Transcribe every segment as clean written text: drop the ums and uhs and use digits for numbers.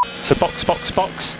So box.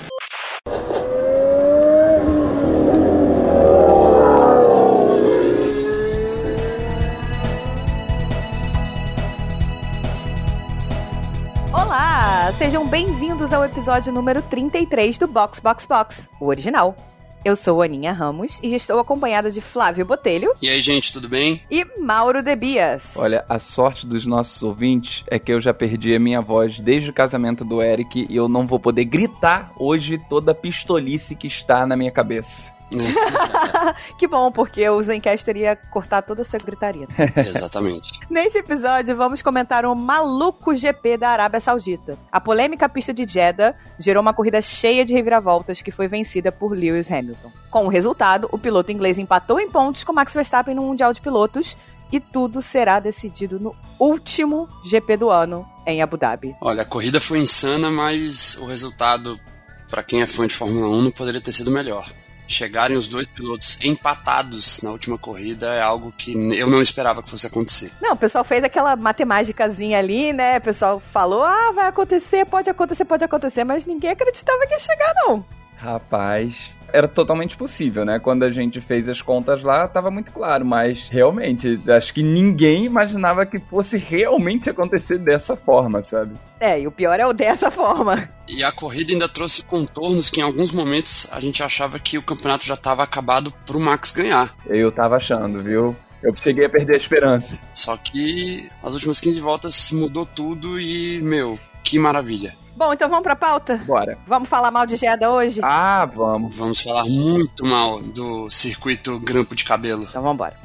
Olá, sejam bem-vindos ao episódio número 33 do Box, o original. Eu sou Aninha Ramos e estou acompanhada de Flávio Botelho. E aí, gente, tudo bem? E Mauro Debias. Olha, a sorte dos nossos ouvintes é que eu já perdi a minha voz desde o casamento do Eric e eu não vou poder gritar hoje toda a pistolice que está na minha cabeça. Que bom, porque o Zencastr ia cortar toda a sua gritaria. Exatamente. Neste episódio, vamos comentar um maluco GP da Arábia Saudita. A polêmica pista de Jeddah gerou uma corrida cheia de reviravoltas que foi vencida por Lewis Hamilton. Com o resultado, o piloto inglês empatou em pontos com Max Verstappen no Mundial de Pilotos e tudo será decidido no último GP do ano em Abu Dhabi. Olha, a corrida foi insana, mas o resultado, para quem é fã de Fórmula 1, não poderia ter sido melhor. Chegarem os dois pilotos empatados na última corrida é algo que eu não esperava que fosse acontecer. Não, o pessoal fez aquela matemáticazinha ali, né? O pessoal falou, vai acontecer, pode acontecer, mas ninguém acreditava que ia chegar, não. Rapaz, era totalmente possível, né? Quando a gente fez as contas lá, tava muito claro, mas realmente, acho que ninguém imaginava que fosse realmente acontecer dessa forma, sabe? E o pior é o dessa forma. E a corrida ainda trouxe contornos que em alguns momentos a gente achava que o campeonato já estava acabado pro Max ganhar. Eu tava achando, viu? Eu cheguei a perder a esperança. Só que as últimas 15 voltas mudou tudo e, que maravilha. Bom, então vamos pra pauta? Bora. Vamos falar mal de Jeddah hoje? Vamos. Vamos falar muito mal do circuito grampo de cabelo. Então vamos embora.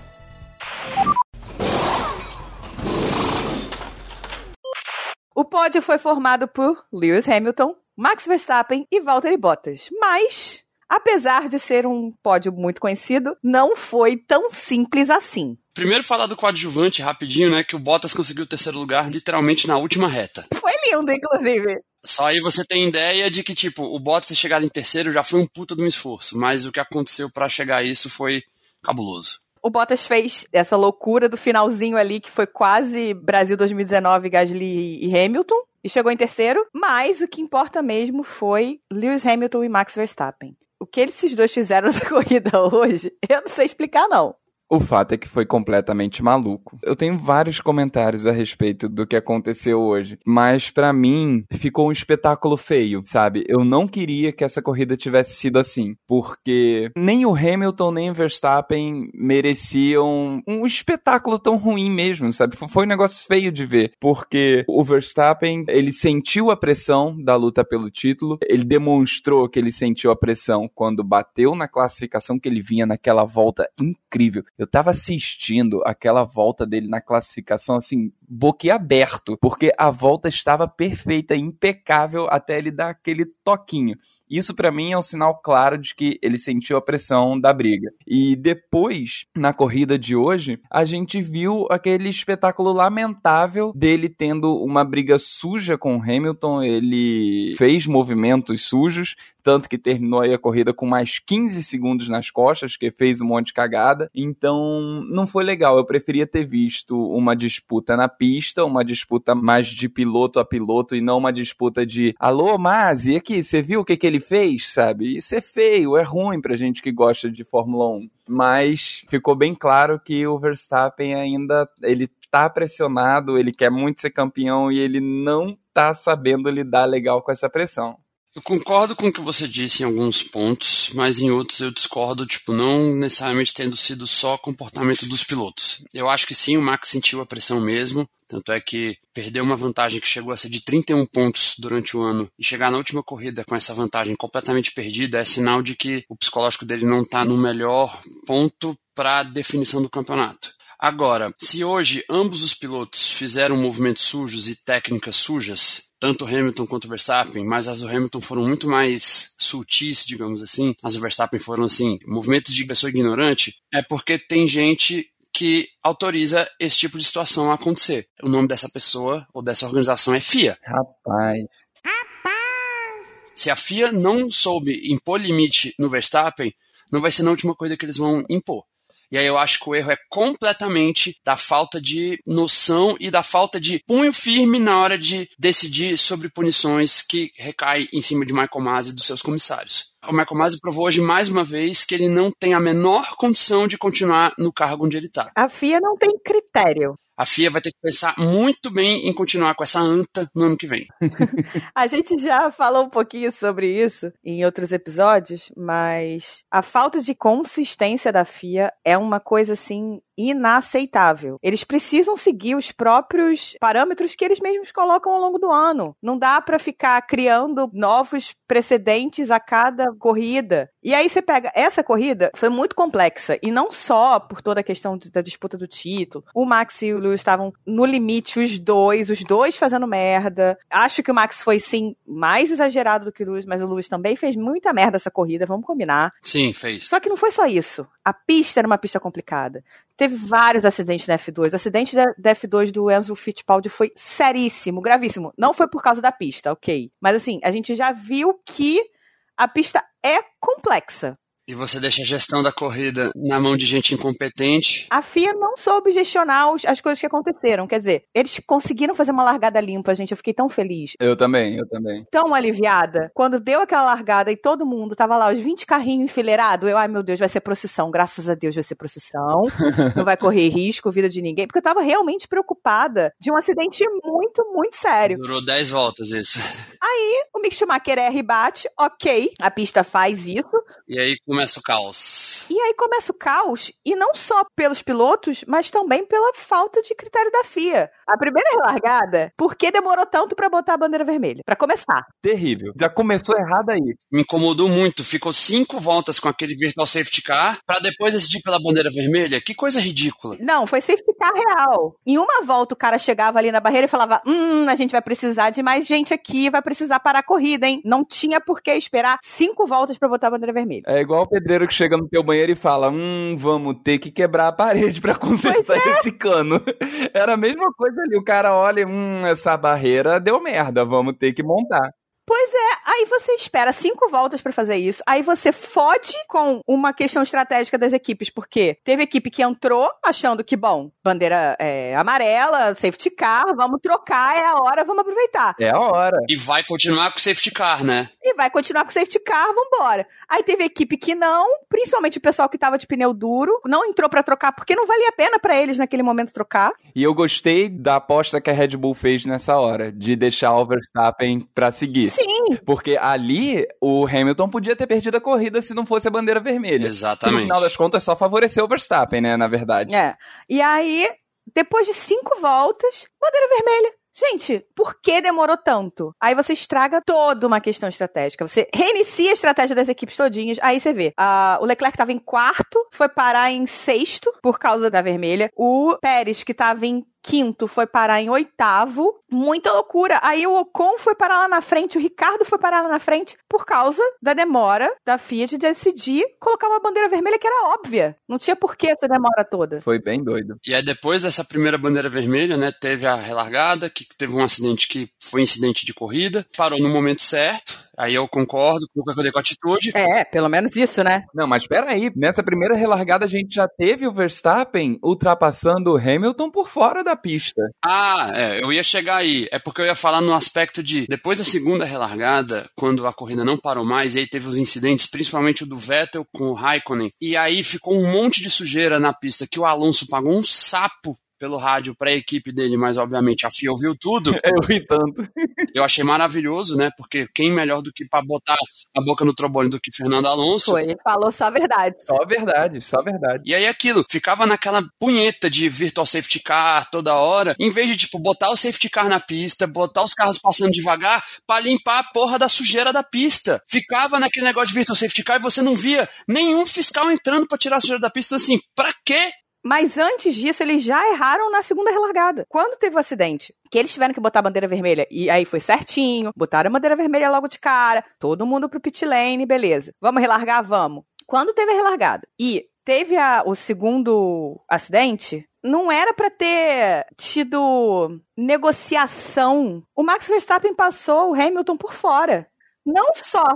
O pódio foi formado por Lewis Hamilton, Max Verstappen e Valtteri Bottas. Mas, apesar de ser um pódio muito conhecido, não foi tão simples assim. Primeiro falar do coadjuvante rapidinho, né? Que o Bottas conseguiu o terceiro lugar literalmente na última reta. Foi lindo, inclusive. Só aí você tem ideia de que, o Bottas ter chegado em terceiro já foi um puta de um esforço. Mas o que aconteceu pra chegar a isso foi cabuloso. O Bottas fez essa loucura do finalzinho ali, que foi quase Brasil 2019, Gasly e Hamilton, e chegou em terceiro. Mas o que importa mesmo foi Lewis Hamilton e Max Verstappen. O que esses dois fizeram nessa corrida hoje, eu não sei explicar, não. O fato é que foi completamente maluco. Eu tenho vários comentários a respeito do que aconteceu hoje, mas pra mim ficou um espetáculo feio, sabe? Eu não queria que essa corrida tivesse sido assim, porque nem o Hamilton nem o Verstappen mereciam um espetáculo tão ruim mesmo, sabe? Foi um negócio feio de ver, porque o Verstappen, ele sentiu a pressão da luta pelo título, ele demonstrou que ele sentiu a pressão quando bateu na classificação, que ele vinha naquela volta incrível. Eu tava assistindo aquela volta dele na classificação, assim, boquiaberto, porque a volta estava perfeita, impecável, até ele dar aquele toquinho. Isso pra mim é um sinal claro de que ele sentiu a pressão da briga. E depois, na corrida de hoje, a gente viu aquele espetáculo lamentável dele tendo uma briga suja com o Hamilton. Ele fez movimentos sujos, tanto que terminou aí a corrida com mais 15 segundos nas costas, que fez um monte de cagada. Então, não foi legal. Eu preferia ter visto uma disputa na pista, uma disputa mais de piloto a piloto e não uma disputa de alô, Masi, aqui, você viu o que ele fez, sabe? Isso é feio, é ruim pra gente que gosta de Fórmula 1. Mas ficou bem claro que o Verstappen ainda, ele tá pressionado, ele quer muito ser campeão e ele não tá sabendo lidar legal com essa pressão. Eu concordo com o que você disse em alguns pontos, mas em outros eu discordo, não necessariamente tendo sido só comportamento dos pilotos. Eu acho que sim, o Max sentiu a pressão mesmo, tanto é que perdeu uma vantagem que chegou a ser de 31 pontos durante o ano e chegar na última corrida com essa vantagem completamente perdida é sinal de que o psicológico dele não está no melhor ponto para a definição do campeonato. Agora, se hoje ambos os pilotos fizeram movimentos sujos e técnicas sujas, tanto o Hamilton quanto o Verstappen, mas as do Hamilton foram muito mais sutis, digamos assim, as do Verstappen foram, movimentos de pessoa ignorante, é porque tem gente que autoriza esse tipo de situação a acontecer. O nome dessa pessoa ou dessa organização é FIA. Rapaz. Se a FIA não soube impor limite no Verstappen, não vai ser na última corrida que eles vão impor. E aí eu acho que o erro é completamente da falta de noção e da falta de punho firme na hora de decidir sobre punições que recai em cima de Michael Masi e dos seus comissários. O Michael Masi provou hoje mais uma vez que ele não tem a menor condição de continuar no cargo onde ele está. A FIA não tem critério. A FIA vai ter que pensar muito bem em continuar com essa anta no ano que vem. A gente já falou um pouquinho sobre isso em outros episódios, mas a falta de consistência da FIA é uma coisa, assim, inaceitável. Eles precisam seguir os próprios parâmetros que eles mesmos colocam ao longo do ano. Não dá pra ficar criando novos precedentes a cada corrida. E aí você pega, essa corrida foi muito complexa, e não só por toda a questão da disputa do título. O Max e o Lewis estavam no limite, os dois fazendo merda. Acho que o Max foi, sim, mais exagerado do que o Lewis, mas o Lewis também fez muita merda essa corrida, vamos combinar. Sim, fez. Só que não foi só isso. A pista era uma pista complicada. Teve vários acidentes na F2. O acidente da F2 do Enzo Fittipaldi foi seríssimo, gravíssimo. Não foi por causa da pista, ok. Mas assim, a gente já viu que a pista é complexa. E você deixa a gestão da corrida na mão de gente incompetente. A FIA não soube gestionar as coisas que aconteceram. Quer dizer, eles conseguiram fazer uma largada limpa, gente. Eu fiquei tão feliz. Eu também. Tão aliviada. Quando deu aquela largada e todo mundo tava lá, os 20 carrinhos enfileirados, ai meu Deus, vai ser procissão. Graças a Deus vai ser procissão. Não vai correr risco, vida de ninguém. Porque eu tava realmente preocupada de um acidente muito, muito sério. Durou 10 voltas isso. Aí, o Mick Schumacher erra e bate, ok. A pista faz isso. E aí começa o caos. E aí começa o caos, e não só pelos pilotos, mas também pela falta de critério da FIA. A primeira relargada, por que demorou tanto pra botar a bandeira vermelha? Pra começar. Terrível. Já começou errado aí. Me incomodou muito. Ficou 5 voltas com aquele virtual safety car pra depois decidir pela bandeira vermelha. Que coisa ridícula. Não, foi safety car real. Em uma volta o cara chegava ali na barreira e falava, a gente vai precisar de mais gente aqui, vai precisar parar a corrida, hein? Não tinha por que esperar 5 voltas pra botar a bandeira vermelha. É igual o pedreiro que chega no teu banheiro e fala, vamos ter que quebrar a parede pra consertar esse cano. Era a mesma coisa ali, o cara olha, essa barreira deu merda, vamos ter que montar. Pois é, aí você espera 5 voltas pra fazer isso, aí você fode com uma questão estratégica das equipes, porque teve equipe que entrou achando que, bom, bandeira amarela, safety car, vamos trocar, é a hora, vamos aproveitar. É a hora. E vai continuar com o safety car, né? E vai continuar com o safety car, vambora. Aí teve equipe que não, principalmente o pessoal que tava de pneu duro, não entrou pra trocar, porque não valia a pena pra eles naquele momento trocar. E eu gostei da aposta que a Red Bull fez nessa hora, de deixar o Verstappen pra seguir. Sim. Porque ali o Hamilton podia ter perdido a corrida se não fosse a bandeira vermelha. Exatamente. E no final das contas só favoreceu o Verstappen, né, na verdade. É. E aí, depois de 5 voltas, bandeira vermelha. Gente, por que demorou tanto? Aí você estraga toda uma questão estratégica. Você reinicia a estratégia das equipes todinhas. Aí você vê, o Leclerc estava em 4º, foi parar em 6º por causa da vermelha. O Pérez, que estava em 5º, foi parar em 8º. Muita loucura. Aí o Ocon foi parar lá na frente, o Ricardo foi parar lá na frente por causa da demora da FIA de decidir colocar uma bandeira vermelha que era óbvia. Não tinha por que essa demora toda. Foi bem doido. E aí depois dessa primeira bandeira vermelha, né, teve a relargada, que teve um acidente que foi incidente de corrida, parou no momento certo. Aí eu concordo com a atitude. Pelo menos isso, né? Não, mas espera aí. Nessa primeira relargada a gente já teve o Verstappen ultrapassando o Hamilton por fora da pista. Eu ia chegar aí. É porque eu ia falar no aspecto de, depois da segunda relargada, quando a corrida não parou mais, e aí teve os incidentes, principalmente o do Vettel com o Raikkonen, e aí ficou um monte de sujeira na pista, que o Alonso pagou um sapo pelo rádio pra equipe dele, mas obviamente a FIA ouviu tudo. Eu ri tanto. Eu achei maravilhoso, né? Porque quem melhor do que pra botar a boca no trombone do que Fernando Alonso? Foi, ele falou só a verdade. Só a verdade, só a verdade. E aí aquilo, ficava naquela punheta de virtual safety car toda hora, em vez de, botar o safety car na pista, botar os carros passando devagar pra limpar a porra da sujeira da pista. Ficava naquele negócio de virtual safety car e você não via nenhum fiscal entrando pra tirar a sujeira da pista. Assim, pra quê? Mas antes disso, eles já erraram na segunda relargada. Quando teve o acidente, que eles tiveram que botar a bandeira vermelha, e aí foi certinho, botaram a bandeira vermelha logo de cara, todo mundo pro pit lane, beleza. Vamos relargar? Vamos. Quando teve a relargada e teve o segundo acidente, não era pra ter tido negociação. O Max Verstappen passou o Hamilton por fora. Não só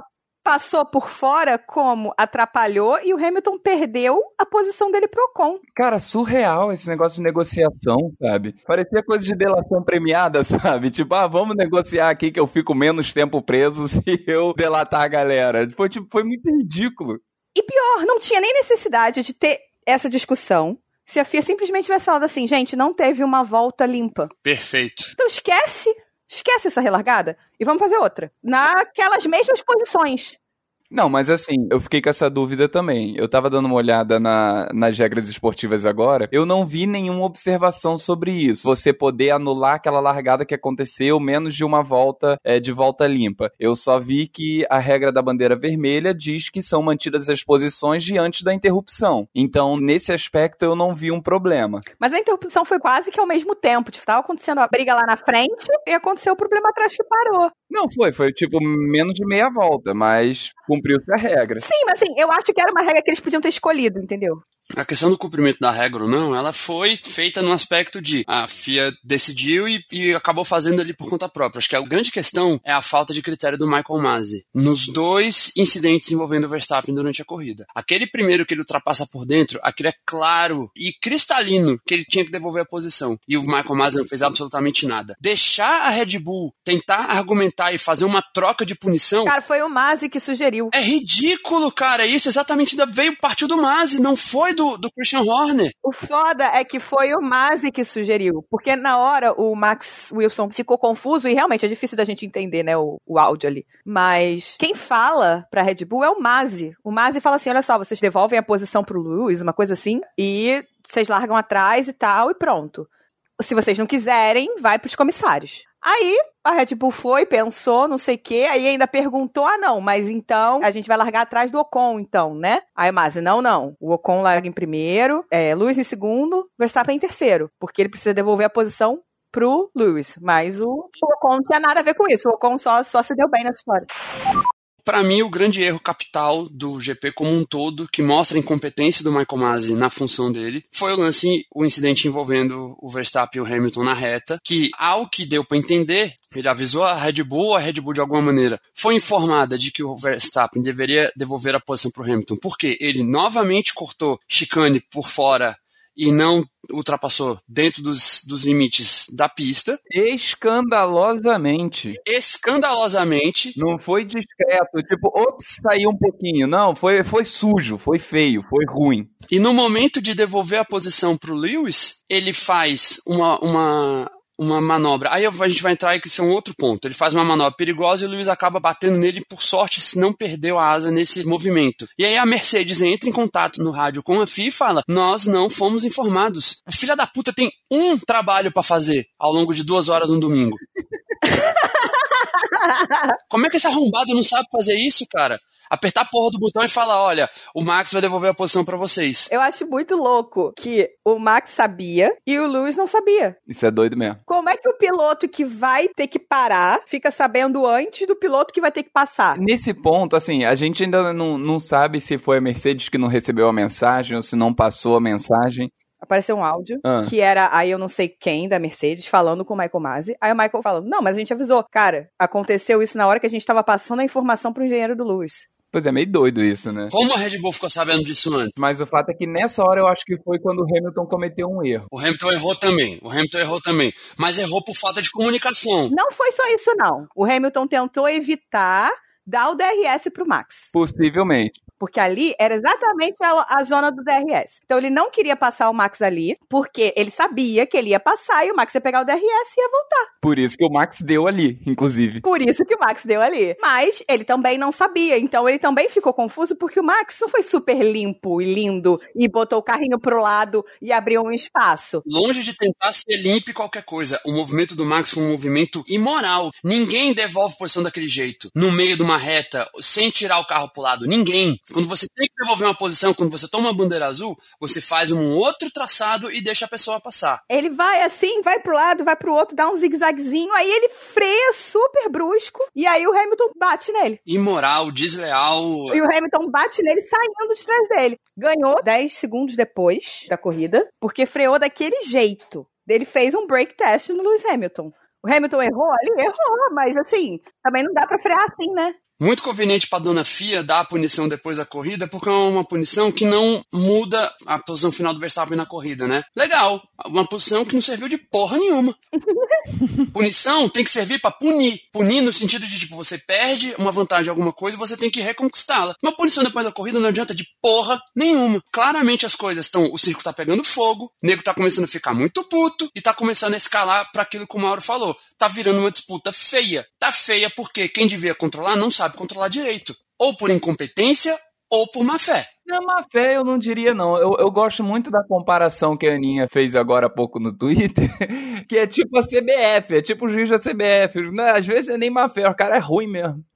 passou por fora como atrapalhou e o Hamilton perdeu a posição dele pro Ocon. Cara, surreal esse negócio de negociação, sabe? Parecia coisa de delação premiada, sabe? Tipo, vamos negociar aqui que eu fico menos tempo preso se eu delatar a galera. Foi muito ridículo. E pior, não tinha nem necessidade de ter essa discussão se a FIA simplesmente tivesse falado assim, gente, não teve uma volta limpa. Perfeito. Então esquece essa relargada e vamos fazer outra. Naquelas mesmas posições. Não, mas assim, eu fiquei com essa dúvida também. Eu tava dando uma olhada nas regras esportivas agora, eu não vi nenhuma observação sobre isso. Você poder anular aquela largada que aconteceu menos de uma volta de volta limpa. Eu só vi que a regra da bandeira vermelha diz que são mantidas as posições diante da interrupção. Então, nesse aspecto, eu não vi um problema. Mas a interrupção foi quase que ao mesmo tempo. Tipo, tava acontecendo a briga lá na frente e aconteceu o problema atrás que parou. Não, foi tipo menos de meia volta, mas cumpriu-se a regra. Sim, mas assim, eu acho que era uma regra que eles podiam ter escolhido, entendeu? A questão do cumprimento da regra ou não, ela foi feita no aspecto de a FIA decidiu e acabou fazendo ali por conta própria. Acho que a grande questão é a falta de critério do Michael Masi nos 2 incidentes envolvendo o Verstappen durante a corrida. Aquele primeiro que ele ultrapassa por dentro, aquilo é claro e cristalino que ele tinha que devolver a posição. E o Michael Masi não fez absolutamente nada. Deixar a Red Bull tentar argumentar e fazer uma troca de punição... Cara, foi o Masi que sugeriu. É ridículo, cara. Isso exatamente partiu do Masi, não foi do Christian Horner. O foda é que foi o Masi que sugeriu, porque na hora o Max Wilson ficou confuso e realmente é difícil da gente entender, né, o áudio ali. Mas quem fala pra Red Bull é o Masi. O Masi fala assim, olha só, vocês devolvem a posição pro Lewis, uma coisa assim, e vocês largam atrás e tal, e pronto. Se vocês não quiserem, vai pros comissários. Aí, a Red Bull foi, pensou, não sei o quê, aí ainda perguntou, não, mas então a gente vai largar atrás do Ocon, então, né? Aí o Masi, não. O Ocon larga em primeiro, Lewis em segundo, Verstappen em terceiro, porque ele precisa devolver a posição pro Lewis. Mas o Ocon não tinha nada a ver com isso, o Ocon só se deu bem nessa história. Para mim, o grande erro capital do GP como um todo, que mostra a incompetência do Michael Masi na função dele, foi o incidente envolvendo o Verstappen e o Hamilton na reta, que, ao que deu para entender, ele avisou a Red Bull de alguma maneira foi informada de que o Verstappen deveria devolver a posição para o Hamilton, porque ele novamente cortou chicane por fora e não ultrapassou dentro dos limites da pista. Escandalosamente. Não foi discreto, tipo, saiu um pouquinho. Não, foi sujo, foi feio, foi ruim. E no momento de devolver a posição pro Lewis, ele faz uma manobra. Aí a gente vai entrar aí que isso é um outro ponto. Ele faz uma manobra perigosa e o Lewis acaba batendo nele, por sorte, se não perdeu a asa nesse movimento. E aí a Mercedes entra em contato no rádio com a FIA e fala, nós não fomos informados. O filho da puta tem um trabalho pra fazer ao longo de 2 horas no domingo. Como é que esse arrombado não sabe fazer isso, cara? Apertar a porra do botão e falar, olha, o Max vai devolver a posição pra vocês. Eu acho muito louco que o Max sabia e o Lewis não sabia. Isso é doido mesmo. Como é que o piloto que vai ter que parar fica sabendo antes do piloto que vai ter que passar? Nesse ponto, assim, a gente ainda não sabe se foi a Mercedes que não recebeu a mensagem ou se não passou a mensagem. Apareceu um áudio, que era aí eu não sei quem da Mercedes falando com o Michael Masi. Aí o Michael falando, não, mas a gente avisou. Cara, aconteceu isso na hora que a gente tava passando a informação pro engenheiro do Lewis. Pois é, meio doido isso, né? Como a Red Bull ficou sabendo disso antes? Mas o fato é que nessa hora eu acho que foi quando o Hamilton cometeu um erro. O Hamilton errou também. Mas errou por falta de comunicação. Não foi só isso, não. O Hamilton tentou evitar dar o DRS pro Max. Possivelmente. Porque ali era exatamente a zona do DRS. Então ele não queria passar o Max ali, porque ele sabia que ele ia passar e o Max ia pegar o DRS e ia voltar. Por isso que o Max deu ali, inclusive. Mas ele também não sabia, então ele também ficou confuso porque o Max não foi super limpo e lindo e botou o carrinho pro lado e abriu um espaço. Longe de tentar ser limpo e qualquer coisa, o movimento do Max foi um movimento imoral. Ninguém devolve posição daquele jeito, no meio de uma reta, sem tirar o carro pro lado. Ninguém. Quando você tem que devolver uma posição, quando você toma uma bandeira azul, você faz um outro traçado e deixa a pessoa passar. Ele vai assim, vai pro lado, vai pro outro, dá um zigue-zaguezinho, aí ele freia super brusco, e aí o Hamilton bate nele. Imoral, desleal. E o Hamilton bate nele saindo de trás dele. Ganhou 10 segundos depois da corrida, porque freou daquele jeito. Ele fez um brake test no Lewis Hamilton. O Hamilton errou ali? Errou, mas assim, também não dá pra frear assim, né? muito conveniente para dona FIA dar a punição depois da corrida, porque é uma punição que não muda a posição final do Verstappen na corrida, né? Legal, uma posição que não serviu de porra nenhuma. Punição tem que servir para punir. Punir no sentido de, tipo, você perde uma vantagem de alguma coisa e você tem que reconquistá-la. Uma punição depois da corrida não adianta de porra nenhuma. Claramente as coisas estão... O circo tá pegando fogo, o nego tá começando a ficar muito puto e tá começando a escalar para aquilo que o Mauro falou. Tá virando uma disputa feia. Tá feia porque quem devia controlar não sabe controlar direito. Ou por incompetência ou por má fé. Não, má fé eu não diria não. Eu gosto muito da comparação que a Aninha fez agora há pouco no Twitter, que é tipo a CBF, é tipo o juiz da CBF. Às vezes é nem má fé, o cara é ruim mesmo.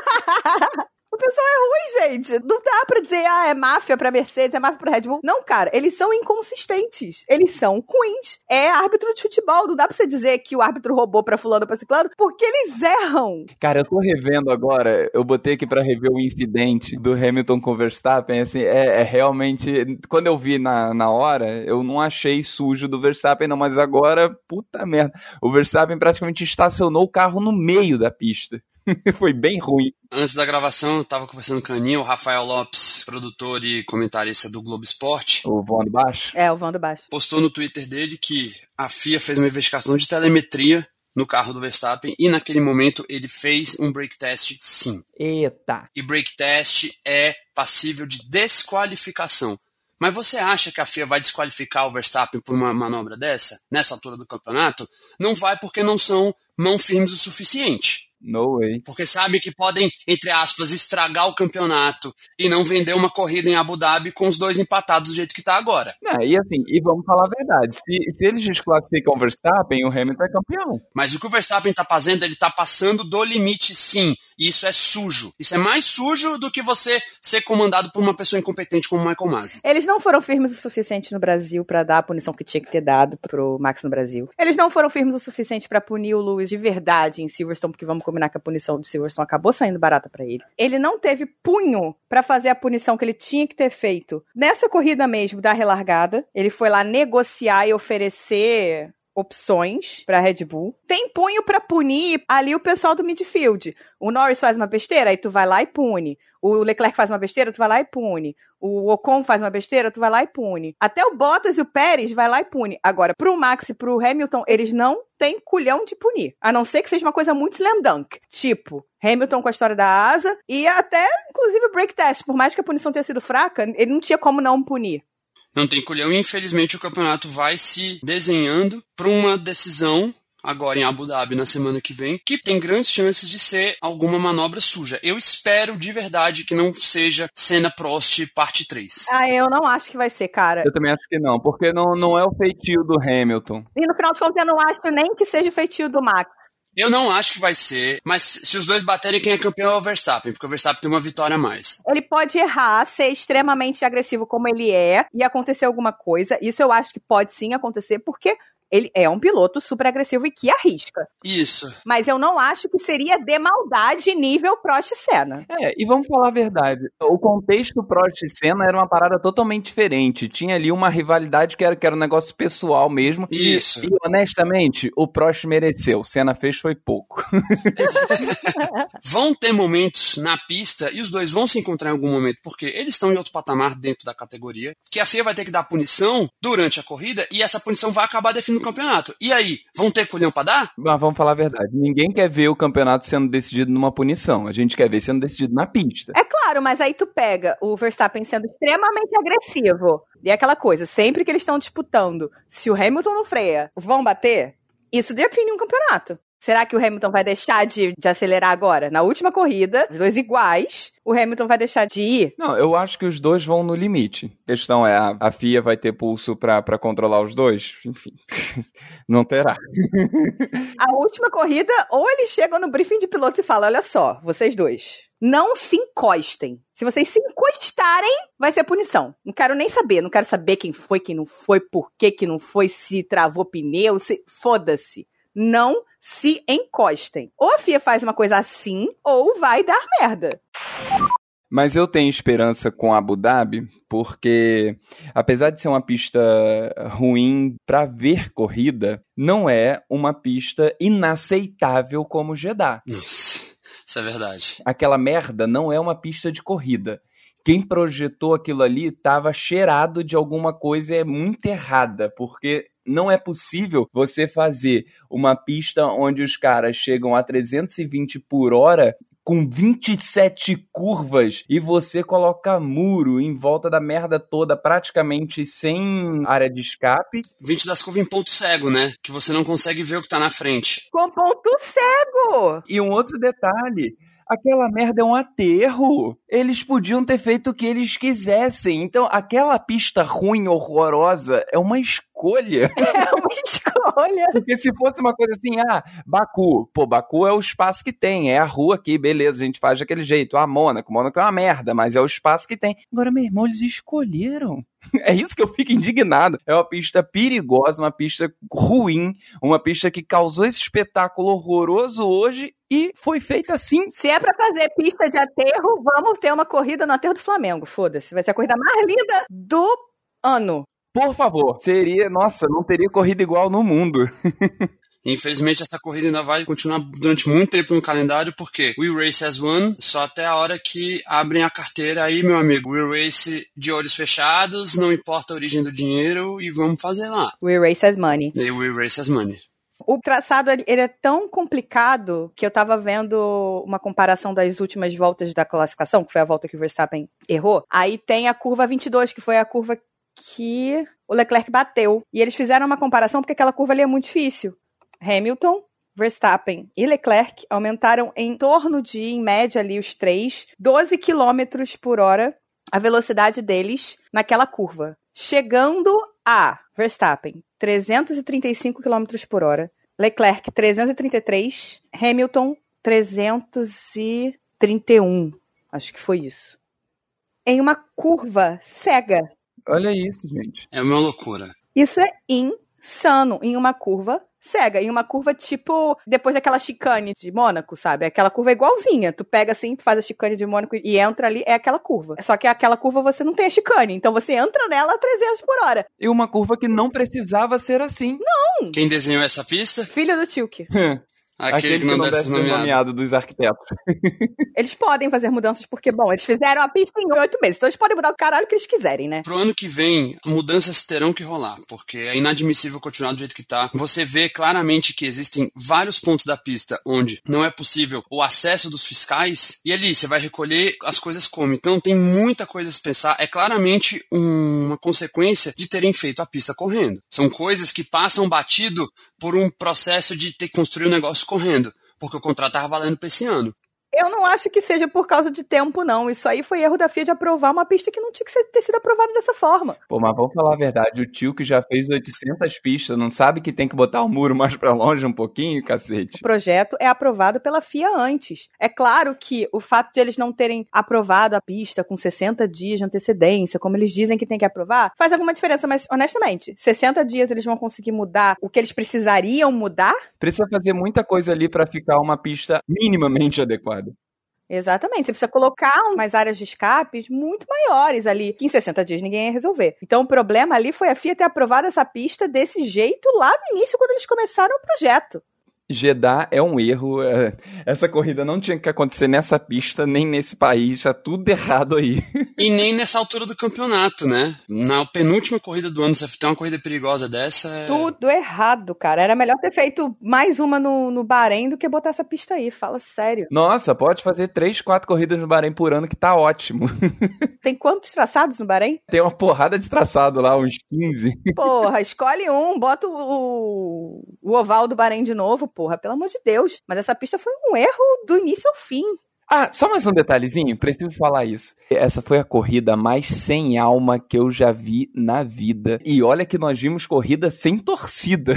O pessoal é ruim, gente. Não dá pra dizer, é máfia pra Mercedes, é máfia pra Red Bull. Não, cara, eles são inconsistentes. Eles são ruins. É árbitro de futebol. Não dá pra você dizer que o árbitro roubou pra fulano, pra ciclano, porque eles erram. Cara, eu tô revendo agora, eu botei aqui pra rever o incidente do Hamilton com o Verstappen, assim, é realmente, quando eu vi na hora, eu não achei sujo do Verstappen não, mas agora, puta merda, o Verstappen praticamente estacionou o carro no meio da pista. Foi bem ruim. Antes da gravação, eu tava conversando com a Aninha, o Rafael Lopes, produtor e comentarista do Globo Esporte. O Vão do Baixo? É, o Vão do Baixo. Postou no Twitter dele que a FIA fez uma investigação de telemetria no carro do Verstappen e naquele momento ele fez um brake test sim. Eita. E brake test é passível de desqualificação. Mas você acha que a FIA vai desqualificar o Verstappen por uma manobra dessa, nessa altura do campeonato? Não vai, porque não são mão firmes o suficiente. No way. Porque sabe que podem, entre aspas, estragar o campeonato e não vender uma corrida em Abu Dhabi com os dois empatados do jeito que tá agora. E assim, e vamos falar a verdade, se eles desclassificam o Verstappen, o Hamilton é campeão. Mas o que o Verstappen tá fazendo, ele tá passando do limite sim, e isso é sujo. Isso é mais sujo do que você ser comandado por uma pessoa incompetente como o Michael Masi. Eles não foram firmes o suficiente no Brasil pra dar a punição que tinha que ter dado pro Max no Brasil. Eles não foram firmes o suficiente pra punir o Lewis de verdade em Silverstone, porque vamos combinar que a punição de Silverstone acabou saindo barata pra ele. Ele não teve punho pra fazer a punição que ele tinha que ter feito. Nessa corrida mesmo, da relargada, ele foi lá negociar e oferecer opções pra Red Bull. Tem punho pra punir ali o pessoal do midfield. O Norris faz uma besteira, aí tu vai lá e pune. O Leclerc faz uma besteira, tu vai lá e pune. O Ocon faz uma besteira, tu vai lá e pune. Até o Bottas e o Pérez vai lá e pune. Agora, pro Max e pro Hamilton, eles não têm culhão de punir. A não ser que seja uma coisa muito slam dunk. Tipo, Hamilton com a história da asa e até, inclusive, o break test. Por mais que a punição tenha sido fraca, ele não tinha como não punir. Não tem culhão e, infelizmente, o campeonato vai se desenhando para uma decisão agora em Abu Dhabi na semana que vem, que tem grandes chances de ser alguma manobra suja. Eu espero de verdade que não seja Senna-Prost parte 3. Eu não acho que vai ser, cara. Eu também acho que não, porque não é o feitio do Hamilton. E no final de contas eu não acho nem que seja o feitio do Max. Eu não acho que vai ser, mas se os dois baterem, quem é campeão é o Verstappen, porque o Verstappen tem uma vitória a mais. Ele pode errar, ser extremamente agressivo como ele é, e acontecer alguma coisa. Isso eu acho que pode sim acontecer, porque ele é um piloto super agressivo e que arrisca. Isso. Mas eu não acho que seria de maldade nível Prost e Senna. E vamos falar a verdade. O contexto Prost e Senna era uma parada totalmente diferente. Tinha ali uma rivalidade que era um negócio pessoal mesmo. Isso. E honestamente, o Prost mereceu. O Senna fez foi pouco. Vão ter momentos na pista e os dois vão se encontrar em algum momento, porque eles estão em outro patamar dentro da categoria, que a FIA vai ter que dar punição durante a corrida e essa punição vai acabar definindo o campeonato. E aí, vão ter culhão pra dar? Mas vamos falar a verdade. Ninguém quer ver o campeonato sendo decidido numa punição. A gente quer ver sendo decidido na pista. É claro, mas aí tu pega o Verstappen sendo extremamente agressivo. E é aquela coisa, sempre que eles estão disputando, se o Hamilton não freia, vão bater? Isso define um campeonato. Será que o Hamilton vai deixar de acelerar agora? Na última corrida, os dois iguais, o Hamilton vai deixar de ir? Não, eu acho que os dois vão no limite. A questão é, a FIA vai ter pulso pra controlar os dois? Enfim, não terá. A última corrida, ou eles chegam no briefing de pilotos e falam, olha só, vocês dois, não se encostem. Se vocês se encostarem, vai ser punição. Não quero nem saber, não quero saber quem foi, quem não foi, por que não foi, se travou pneu, foda-se. Não se encostem. Ou a FIA faz uma coisa assim, ou vai dar merda. Mas eu tenho esperança com Abu Dhabi, porque apesar de ser uma pista ruim para ver corrida, não é uma pista inaceitável como Jeddah. Nossa. Isso é verdade. Aquela merda não é uma pista de corrida. Quem projetou aquilo ali estava cheirado de alguma coisa muito errada, porque não é possível você fazer uma pista onde os caras chegam a 320 por hora com 27 curvas e você coloca muro em volta da merda toda, praticamente sem área de escape. 20 das curvas em ponto cego, né? Que você não consegue ver o que tá na frente. Com ponto cego! E um outro detalhe, aquela merda é um aterro. Eles podiam ter feito o que eles quisessem. Então, aquela pista ruim, horrorosa, é uma escolha. É uma escolha. Porque se fosse uma coisa assim, Baku. Pô, Baku é o espaço que tem, é a rua aqui, beleza, a gente faz daquele jeito. Mônaco é uma merda, mas é o espaço que tem. Agora, meu irmão, eles escolheram. É isso que eu fico indignado. É uma pista perigosa, uma pista ruim, uma pista que causou esse espetáculo horroroso hoje e foi feita assim. Se é pra fazer pista de aterro, vamos ter uma corrida no aterro do Flamengo. Foda-se, vai ser a corrida mais linda do ano. Por favor, não teria corrida igual no mundo. Infelizmente, essa corrida ainda vai continuar durante muito tempo no calendário, porque We Race as One, só até a hora que abrem a carteira aí, meu amigo. We Race de olhos fechados, não importa a origem do dinheiro, e vamos fazer lá. We Race as Money. E We Race as Money. O traçado, ele é tão complicado que eu tava vendo uma comparação das últimas voltas da classificação, que foi a volta que o Verstappen errou. Aí tem a curva 22, que foi a curva que o Leclerc bateu. E eles fizeram uma comparação porque aquela curva ali é muito difícil. Hamilton, Verstappen e Leclerc aumentaram em torno de, em média ali, os três, 12 km por hora a velocidade deles naquela curva. Chegando a Verstappen, 335 km por hora, Leclerc, 333, Hamilton, 331. Acho que foi isso. Em uma curva cega. Olha isso, gente. É uma loucura. Isso é insano. Em uma curva cega. Em uma curva tipo, depois daquela chicane de Mônaco, sabe? Aquela curva é igualzinha. Tu pega assim, tu faz a chicane de Mônaco e entra ali, é aquela curva. Só que aquela curva você não tem a chicane. Então você entra nela a 300 por hora. E uma curva que não precisava ser assim. Não! Quem desenhou essa pista? Filho do Tilke. Aquele que não deve ser nomeado dos arquitetos. Eles podem fazer mudanças porque, bom, eles fizeram a pista em 8 meses. Então eles podem mudar o caralho que eles quiserem, né? Pro ano que vem, mudanças terão que rolar, porque é inadmissível continuar do jeito que tá. Você vê claramente que existem vários pontos da pista onde não é possível o acesso dos fiscais, e ali você vai recolher as coisas como. Então tem muita coisa a se pensar. É claramente uma consequência de terem feito a pista correndo. São coisas que passam batido por um processo de ter que construir um negócio correndo, porque o contrato estava valendo para esse ano. Eu não acho que seja por causa de tempo, não. Isso aí foi erro da FIA de aprovar uma pista que não tinha que ter sido aprovada dessa forma. Pô, mas vamos falar a verdade, o tio que já fez 800 pistas, não sabe que tem que botar o muro mais pra longe um pouquinho, cacete? O projeto é aprovado pela FIA antes. É claro que o fato de eles não terem aprovado a pista com 60 dias de antecedência, como eles dizem que tem que aprovar, faz alguma diferença, mas honestamente, 60 dias eles vão conseguir mudar o que eles precisariam mudar? Precisa fazer muita coisa ali pra ficar uma pista minimamente adequada. Exatamente, você precisa colocar umas áreas de escape muito maiores ali, que em 60 dias ninguém ia resolver. Então o problema ali foi a FIA ter aprovado essa pista desse jeito lá no início, quando eles começaram o projeto. Jeddah é um erro, essa corrida não tinha que acontecer nessa pista, nem nesse país, tá tudo errado aí. E nem nessa altura do campeonato, né? Na penúltima corrida do ano, você tem uma corrida perigosa dessa... Tudo errado, cara. Era melhor ter feito mais uma no Bahrein do que botar essa pista aí, fala sério. Nossa, pode fazer 3, 4 corridas no Bahrein por ano que tá ótimo. Tem quantos traçados no Bahrein? Tem uma porrada de traçado lá, uns 15. Porra, escolhe um, bota o oval do Bahrein de novo, porra, pelo amor de Deus. Mas essa pista foi um erro do início ao fim. Ah, só mais um detalhezinho, preciso falar isso. Essa foi a corrida mais sem alma que eu já vi na vida. E olha que nós vimos corrida sem torcida.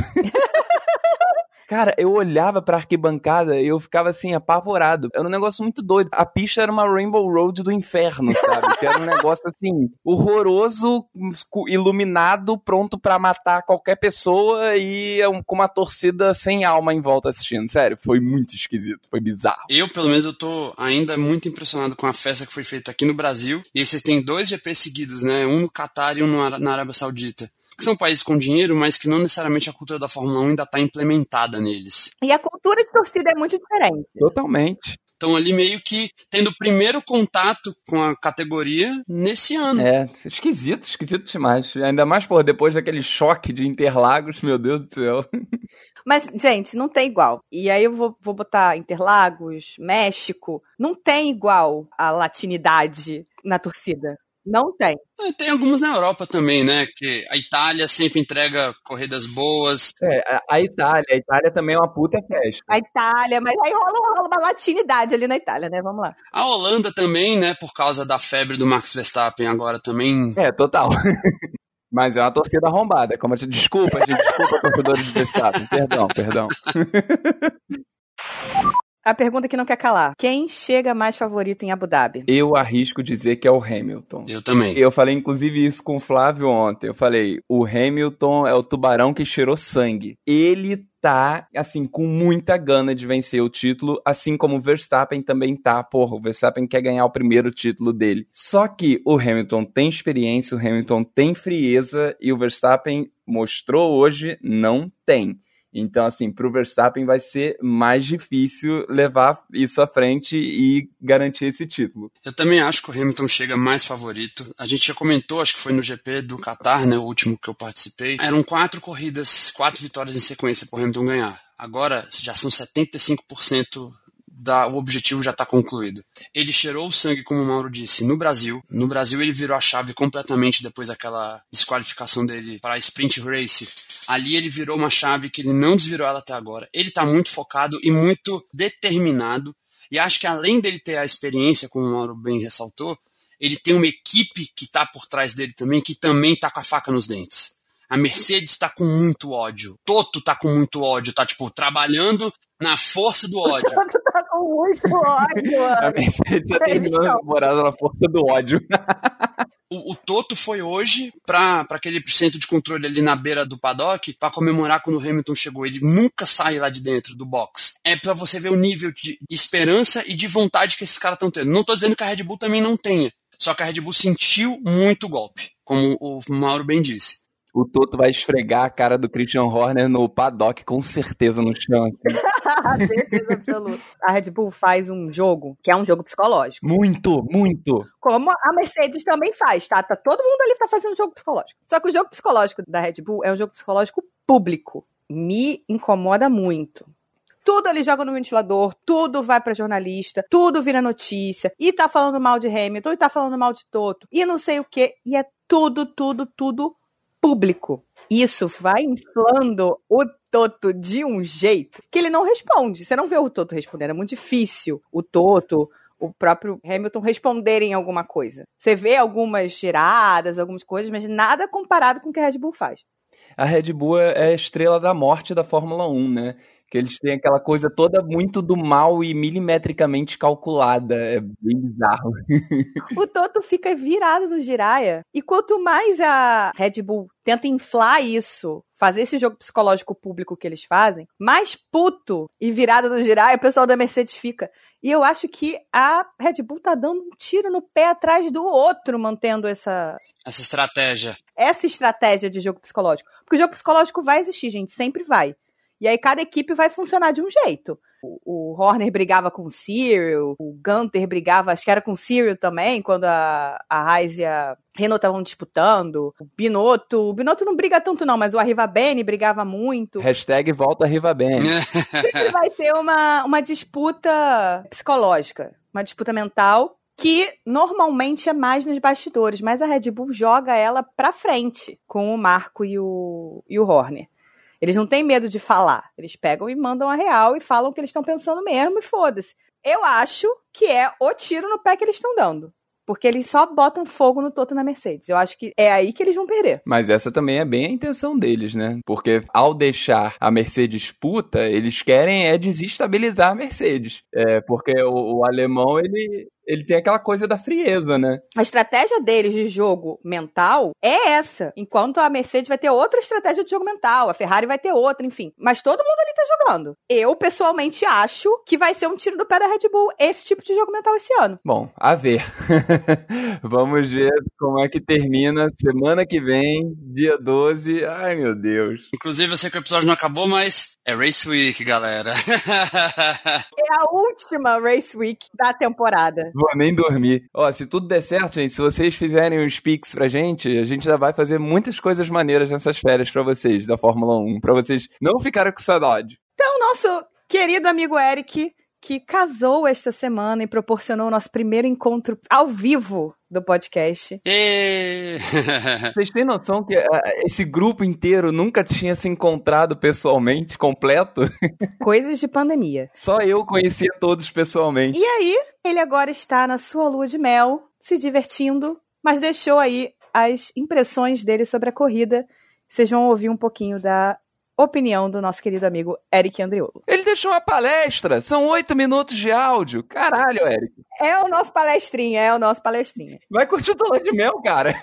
Cara, eu olhava pra arquibancada e eu ficava assim, apavorado. Era um negócio muito doido. A pista era uma Rainbow Road do inferno, sabe? Que era um negócio assim, horroroso, iluminado, pronto pra matar qualquer pessoa e com uma torcida sem alma em volta assistindo. Sério, foi muito esquisito, foi bizarro. Eu, pelo menos, eu tô ainda muito impressionado com a festa que foi feita aqui no Brasil. E aí você tem 2 GPs seguidos, né? Um no Catar e um na Arábia Saudita. Que são países com dinheiro, mas que não necessariamente a cultura da Fórmula 1 ainda está implementada neles. E a cultura de torcida é muito diferente. Totalmente. estão ali meio que tendo o primeiro contato com a categoria nesse ano. Esquisito demais. Ainda mais, depois daquele choque de Interlagos, meu Deus do céu. Mas, gente, não tem igual. E aí eu vou botar Interlagos, México. Não tem igual a latinidade na torcida. Não tem. Tem alguns na Europa também, né? Que a Itália sempre entrega corridas boas. A Itália também é uma puta festa. A Itália, mas aí rola uma latinidade ali na Itália, né? Vamos lá. A Holanda também, né? Por causa da febre do Max Verstappen agora também. Total. Mas é uma torcida arrombada. Desculpa, torcedores de Verstappen. Perdão. A pergunta que não quer calar. Quem chega mais favorito em Abu Dhabi? Eu arrisco dizer que é o Hamilton. Eu também. Eu falei, inclusive, isso com o Flávio ontem. Eu falei, o Hamilton é o tubarão que cheirou sangue. Ele tá, assim, com muita gana de vencer o título, assim como o Verstappen também tá. O Verstappen quer ganhar o primeiro título dele. Só que o Hamilton tem experiência, o Hamilton tem frieza e o Verstappen mostrou hoje não tem. Então, assim, pro Verstappen vai ser mais difícil levar isso à frente e garantir esse título. Eu também acho que o Hamilton chega mais favorito. A gente já comentou, acho que foi no GP do Qatar, né, o último que eu participei. Eram 4 vitórias em sequência pro Hamilton ganhar. Agora já são 75%. O objetivo já está concluído. Ele cheirou o sangue, como o Mauro disse, no Brasil. No Brasil ele virou a chave completamente depois daquela desqualificação dele para a Sprint Race. Ali ele virou uma chave que ele não desvirou ela até agora. Ele está muito focado e muito determinado. E acho que além dele ter a experiência, como o Mauro bem ressaltou, ele tem uma equipe que está por trás dele também, que também está com a faca nos dentes. A Mercedes tá com muito ódio. Toto tá com muito ódio. Tá, trabalhando na força do ódio. Toto tá com muito ódio, mano. A Mercedes já terminou a temporada na força do ódio. O Toto foi hoje pra aquele centro de controle ali na beira do paddock pra comemorar quando o Hamilton chegou. Ele nunca sai lá de dentro do box. É pra você ver o nível de esperança e de vontade que esses caras estão tendo. Não tô dizendo que a Red Bull também não tenha. Só que a Red Bull sentiu muito golpe, como o Mauro bem disse. O Toto vai esfregar a cara do Christian Horner no paddock, com certeza, no chão. Assim. Certeza absoluta. A Red Bull faz um jogo que é um jogo psicológico. Muito. Como a Mercedes também faz, tá? Todo mundo ali tá fazendo jogo psicológico. Só que o jogo psicológico da Red Bull é um jogo psicológico público. Me incomoda muito. Tudo ele joga no ventilador, tudo vai pra jornalista, tudo vira notícia, e tá falando mal de Hamilton, e tá falando mal de Toto, e não sei o quê, e é tudo público. Isso vai inflando o Toto de um jeito que ele não responde. Você não vê o Toto respondendo. É muito difícil o Toto, o próprio Hamilton responderem alguma coisa. Você vê algumas giradas, algumas coisas, mas nada comparado com o que a Red Bull faz. A Red Bull é a estrela da morte da Fórmula 1, né? Que eles têm aquela coisa toda muito do mal e milimetricamente calculada. É bem bizarro. O Toto fica virado no giraia. E quanto mais a Red Bull tenta inflar isso, fazer esse jogo psicológico público que eles fazem, mais puto e virado no giraia o pessoal da Mercedes fica. E eu acho que a Red Bull tá dando um tiro no pé atrás do outro, mantendo essa estratégia. Essa estratégia de jogo psicológico. Porque o jogo psicológico vai existir, gente. Sempre vai. E aí cada equipe vai funcionar de um jeito. O Horner brigava com o Cyril, o Gunter brigava, acho que era com o Cyril também, quando a Haas e a Renault estavam disputando. O Binotto não briga tanto não, mas o Arrivabene brigava muito. Hashtag volta Arrivabene. Sempre vai ter uma disputa psicológica, uma disputa mental, que normalmente é mais nos bastidores, mas a Red Bull joga ela pra frente com o Marco e o Horner. Eles não têm medo de falar. Eles pegam e mandam a real e falam o que eles estão pensando mesmo e foda-se. Eu acho que é o tiro no pé que eles estão dando. Porque eles só botam fogo no Toto na Mercedes. Eu acho que é aí que eles vão perder. Mas essa também é bem a intenção deles, né? Porque ao deixar a Mercedes puta, eles querem desestabilizar a Mercedes. Porque o alemão, Ele tem aquela coisa da frieza, né? A estratégia deles de jogo mental é essa. Enquanto a Mercedes vai ter outra estratégia de jogo mental, a Ferrari vai ter outra, enfim. Mas todo mundo ali tá jogando. Eu, pessoalmente, acho que vai ser um tiro do pé da Red Bull esse tipo de jogo mental esse ano. Bom, a ver. Vamos ver como é que termina semana que vem, dia 12. Ai, meu Deus. Inclusive, eu sei que o episódio não acabou, mas é Race Week, galera. É a última Race Week da temporada. Vou nem dormir. Ó, se tudo der certo, gente, se vocês fizerem os pics pra gente, a gente já vai fazer muitas coisas maneiras nessas férias pra vocês, da Fórmula 1, pra vocês não ficarem com saudade. Então, nosso querido amigo Eric, que casou esta semana e proporcionou o nosso primeiro encontro ao vivo do podcast. Vocês têm noção que esse grupo inteiro nunca tinha se encontrado pessoalmente, completo? Coisas de pandemia. Só eu conhecia todos pessoalmente. E aí, ele agora está na sua lua de mel, se divertindo, mas deixou aí as impressões dele sobre a corrida. Vocês vão ouvir um pouquinho da opinião do nosso querido amigo Eric Andriolo. Ele deixou uma palestra, são 8 minutos de áudio. Caralho, Eric. É o nosso palestrinha. Vai curtir o lua de mel, cara.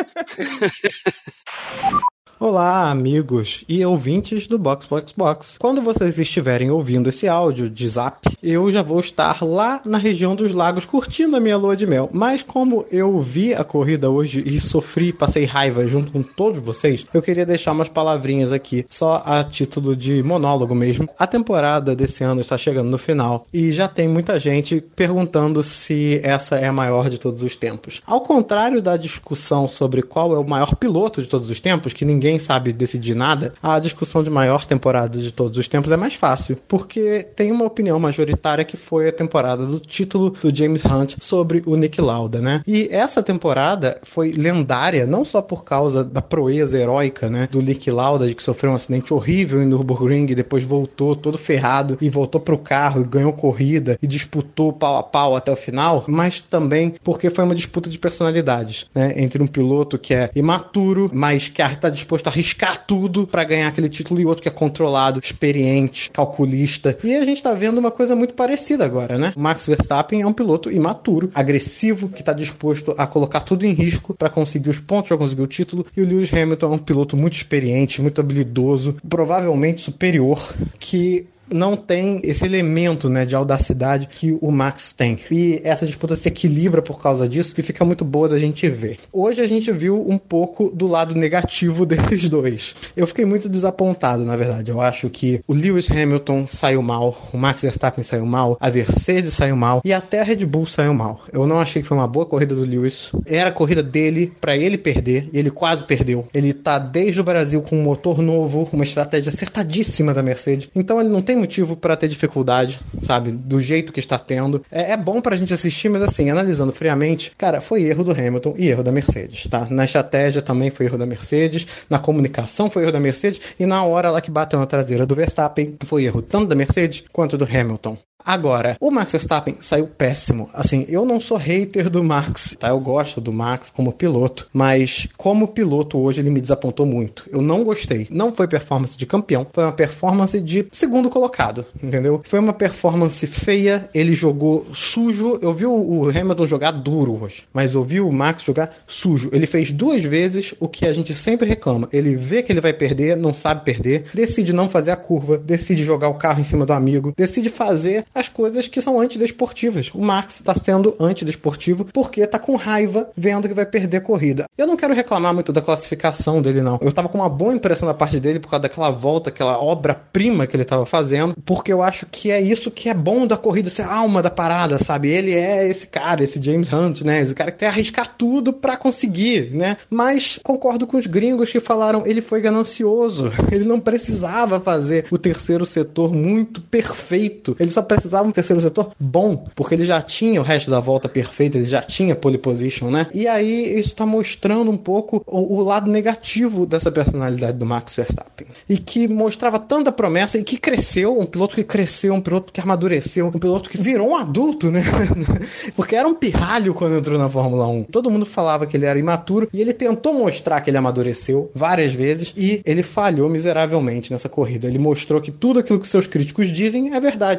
Olá, amigos e ouvintes do Box. Quando vocês estiverem ouvindo esse áudio de zap, eu já vou estar lá na região dos lagos curtindo a minha lua de mel. Mas como eu vi a corrida hoje e sofri, passei raiva junto com todos vocês, eu queria deixar umas palavrinhas aqui, só a título de monólogo mesmo. A temporada desse ano está chegando no final e já tem muita gente perguntando se essa é a maior de todos os tempos. Ao contrário da discussão sobre qual é o maior piloto de todos os tempos, que ninguém sabe decidir nada, a discussão de maior temporada de todos os tempos é mais fácil, porque tem uma opinião majoritária que foi a temporada do título do James Hunt sobre o Niki Lauda, né? E essa temporada foi lendária, não só por causa da proeza heróica, né, do Niki Lauda, de que sofreu um acidente horrível em Nürburgring e depois voltou todo ferrado e voltou pro carro e ganhou corrida e disputou pau a pau até o final, mas também porque foi uma disputa de personalidades, né, entre um piloto que é imaturo, mas que está disposto a arriscar tudo para ganhar aquele título, e outro que é controlado, experiente, calculista. E a gente tá vendo uma coisa muito parecida agora, né? O Max Verstappen é um piloto imaturo, agressivo, que tá disposto a colocar tudo em risco para conseguir os pontos, para conseguir o título. E o Lewis Hamilton é um piloto muito experiente, muito habilidoso, provavelmente superior, que não tem esse elemento, né, de audacidade que o Max tem. E essa disputa se equilibra por causa disso e fica muito boa da gente ver. Hoje a gente viu um pouco do lado negativo desses dois. Eu fiquei muito desapontado, na verdade. Eu acho que o Lewis Hamilton saiu mal, o Max Verstappen saiu mal, a Mercedes saiu mal e até a Red Bull saiu mal. Eu não achei que foi uma boa corrida do Lewis. Era a corrida dele pra ele perder e ele quase perdeu. Ele tá desde o Brasil com um motor novo, uma estratégia acertadíssima da Mercedes. Então ele não tem motivo para ter dificuldade, sabe? Do jeito que está tendo. É bom pra gente assistir, mas assim, analisando friamente, cara, foi erro do Hamilton e erro da Mercedes, tá? Na estratégia também foi erro da Mercedes, na comunicação foi erro da Mercedes e na hora lá que bateu na traseira do Verstappen foi erro tanto da Mercedes quanto do Hamilton. Agora, o Max Verstappen saiu péssimo. Assim, eu não sou hater do Max, tá? Eu gosto do Max como piloto, mas como piloto hoje ele me desapontou muito. Eu não gostei. Não foi performance de campeão, foi uma performance de segundo colocado, entendeu? Foi uma performance feia, ele jogou sujo. Eu vi o Hamilton jogar duro hoje, mas eu vi o Max jogar sujo. Ele fez 2 vezes o que a gente sempre reclama. Ele vê que ele vai perder, não sabe perder, decide não fazer a curva, decide jogar o carro em cima do amigo, decide fazer as coisas que são antidesportivas. O Max tá sendo antidesportivo porque tá com raiva vendo que vai perder corrida. Eu não quero reclamar muito da classificação dele, não. Eu tava com uma boa impressão da parte dele por causa daquela volta, aquela obra-prima que ele tava fazendo, porque eu acho que é isso que é bom da corrida, ser a alma da parada, sabe? Ele é esse cara, esse James Hunt, né? Esse cara que quer arriscar tudo pra conseguir, né? Mas concordo com os gringos que falaram, ele foi ganancioso. Ele não precisava fazer o terceiro setor muito perfeito. Ele só precisava um terceiro setor bom, porque ele já tinha o resto da volta perfeita, ele já tinha pole position, né? E aí isso tá mostrando um pouco o lado negativo dessa personalidade do Max Verstappen. E que mostrava tanta promessa e que cresceu, um piloto que cresceu, um piloto que amadureceu, um piloto que virou um adulto, né? Porque era um pirralho quando entrou na Fórmula 1. Todo mundo falava que ele era imaturo e ele tentou mostrar que ele amadureceu várias vezes e ele falhou miseravelmente nessa corrida. Ele mostrou que tudo aquilo que seus críticos dizem é verdade. Ele é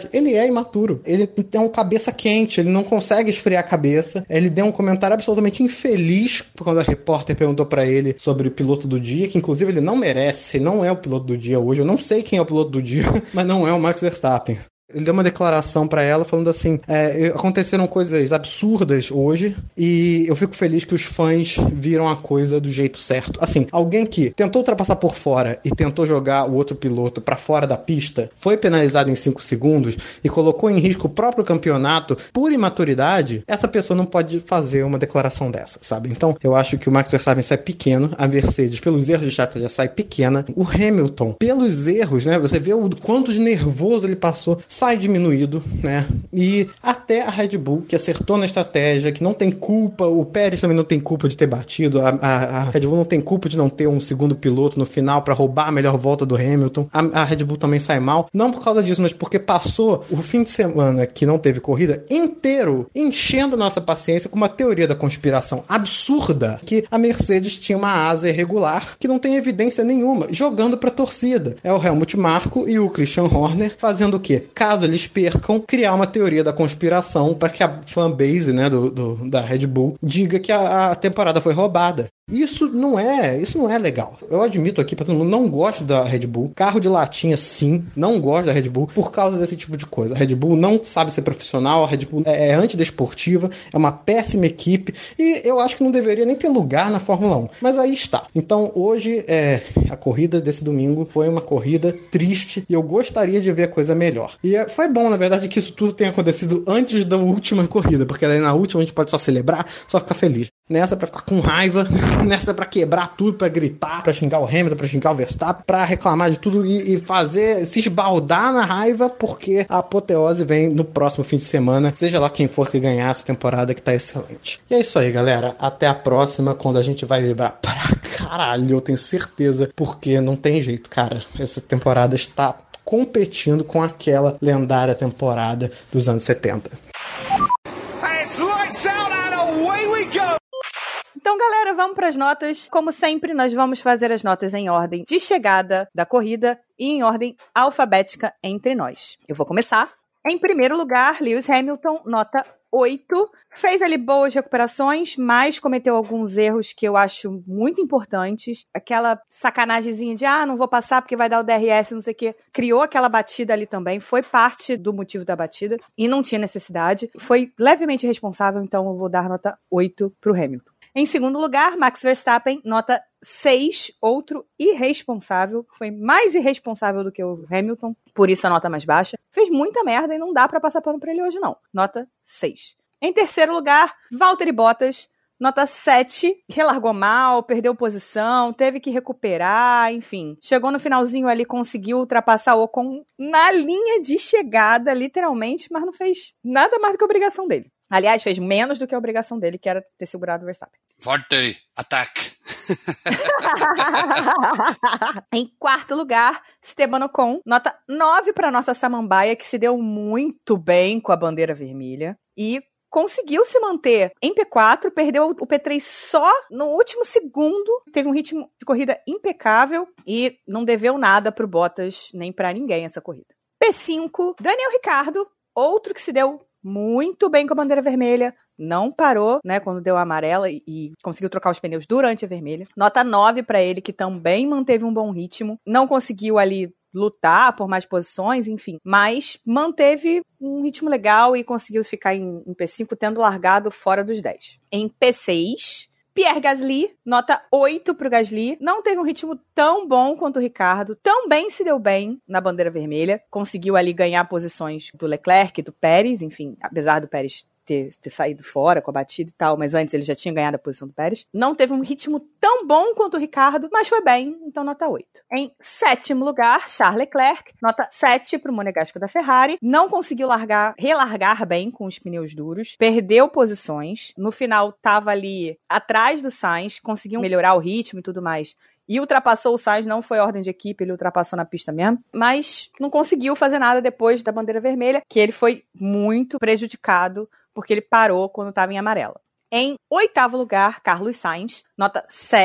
imaturo. Ele tem uma cabeça quente, ele não consegue esfriar a cabeça. Ele deu um comentário absolutamente infeliz quando a repórter perguntou pra ele sobre o piloto do dia, que inclusive ele não merece, ele não é o piloto do dia hoje. Eu não sei quem é o piloto do dia, mas não é o Max Verstappen. Ele deu uma declaração pra ela falando assim, aconteceram coisas absurdas hoje e eu fico feliz que os fãs viram a coisa do jeito certo. Assim, alguém que tentou ultrapassar por fora e tentou jogar o outro piloto pra fora da pista, foi penalizado em 5 segundos e colocou em risco o próprio campeonato por imaturidade, essa pessoa não pode fazer uma declaração dessa, sabe? Então, eu acho que o Max Verstappen sai pequeno, a Mercedes, pelos erros de estratégia, sai pequena, o Hamilton, pelos erros, né? Você vê o quanto de nervoso ele passou, sai diminuído, né? E até a Red Bull, que acertou na estratégia, que não tem culpa, o Pérez também não tem culpa de ter batido, a Red Bull não tem culpa de não ter um segundo piloto no final para roubar a melhor volta do Hamilton. A Red Bull também sai mal, não por causa disso, mas porque passou o fim de semana que não teve corrida inteiro enchendo a nossa paciência com uma teoria da conspiração absurda que a Mercedes tinha uma asa irregular que não tem evidência nenhuma, jogando pra torcida. É o Helmut Marko e o Christian Horner fazendo o quê? Caso eles percam, criar uma teoria da conspiração para que a fanbase, né, da Red Bull diga que a temporada foi roubada. Isso não é legal. Eu admito aqui pra todo mundo, não gosto da Red Bull. Carro de latinha, sim, não gosto da Red Bull por causa desse tipo de coisa. A Red Bull não sabe ser profissional, a Red Bull é antidesportiva, é uma péssima equipe e eu acho que não deveria nem ter lugar na Fórmula 1. Mas aí está. Então hoje, a corrida desse domingo foi uma corrida triste e eu gostaria de ver coisa melhor. E foi bom, na verdade, que isso tudo tenha acontecido antes da última corrida, porque aí na última a gente pode só celebrar, só ficar feliz. Nessa pra ficar com raiva, nessa pra quebrar tudo, pra gritar, pra xingar o Hamilton, pra xingar o Verstappen, pra reclamar de tudo e fazer, se esbaldar na raiva, porque a apoteose vem no próximo fim de semana, seja lá quem for que ganhar essa temporada que tá excelente. E é isso aí, galera. Até a próxima, quando a gente vai vibrar pra caralho, eu tenho certeza, porque não tem jeito, cara. Essa temporada está competindo com aquela lendária temporada dos anos 70. Então, galera, vamos para as notas. Como sempre, nós vamos fazer as notas em ordem de chegada da corrida e em ordem alfabética entre nós. Eu vou começar. Em primeiro lugar, Lewis Hamilton, nota 8. Fez ali boas recuperações, mas cometeu alguns erros que eu acho muito importantes. Aquela sacanagemzinha de, não vou passar porque vai dar o DRS, não sei o quê. Criou aquela batida ali também, foi parte do motivo da batida e não tinha necessidade. Foi levemente responsável, então eu vou dar nota 8 pro Hamilton. Em segundo lugar, Max Verstappen, nota 6, outro irresponsável. Foi mais irresponsável do que o Hamilton, por isso a nota mais baixa. Fez muita merda e não dá pra passar pano pra ele hoje, não. Nota 6. Em terceiro lugar, Valtteri Bottas, nota 7. Relargou mal, perdeu posição, teve que recuperar, enfim. Chegou no finalzinho ali, conseguiu ultrapassar o Ocon na linha de chegada, literalmente, mas não fez nada mais do que a obrigação dele. Aliás, fez menos do que a obrigação dele, que era ter segurado o Verstappen. Valtteri, ataque. Em quarto lugar, Esteban Ocon, nota 9 para nossa samambaia, que se deu muito bem com a bandeira vermelha. E conseguiu se manter em P4, perdeu o P3 só no último segundo, teve um ritmo de corrida impecável e não deveu nada pro Bottas, nem para ninguém essa corrida. P5, Daniel Ricciardo, outro que se deu muito bem com a bandeira vermelha, não parou, né, quando deu a amarela e conseguiu trocar os pneus durante a vermelha. Nota 9 para ele, que também manteve um bom ritmo, não conseguiu ali lutar por mais posições, enfim, mas manteve um ritmo legal e conseguiu ficar em P5, tendo largado fora dos 10. Em P6, Pierre Gasly, nota 8 pro Gasly, não teve um ritmo tão bom quanto o Ricardo, também se deu bem na bandeira vermelha, conseguiu ali ganhar posições do Leclerc, do Pérez, enfim, apesar do Pérez ter saído fora com a batida e tal, mas antes ele já tinha ganhado a posição do Pérez. Não teve um ritmo tão bom quanto o Ricardo, mas foi bem, então nota 8. Em sétimo lugar, Charles Leclerc, nota 7 pro Monegasco da Ferrari. Não conseguiu relargar bem com os pneus duros, perdeu posições. No final, tava ali atrás do Sainz, conseguiu melhorar o ritmo e tudo mais. E ultrapassou o Sainz, não foi ordem de equipe, ele ultrapassou na pista mesmo, mas não conseguiu fazer nada depois da bandeira vermelha, que ele foi muito prejudicado, porque ele parou quando estava em amarela. Em 8º lugar, Carlos Sainz, nota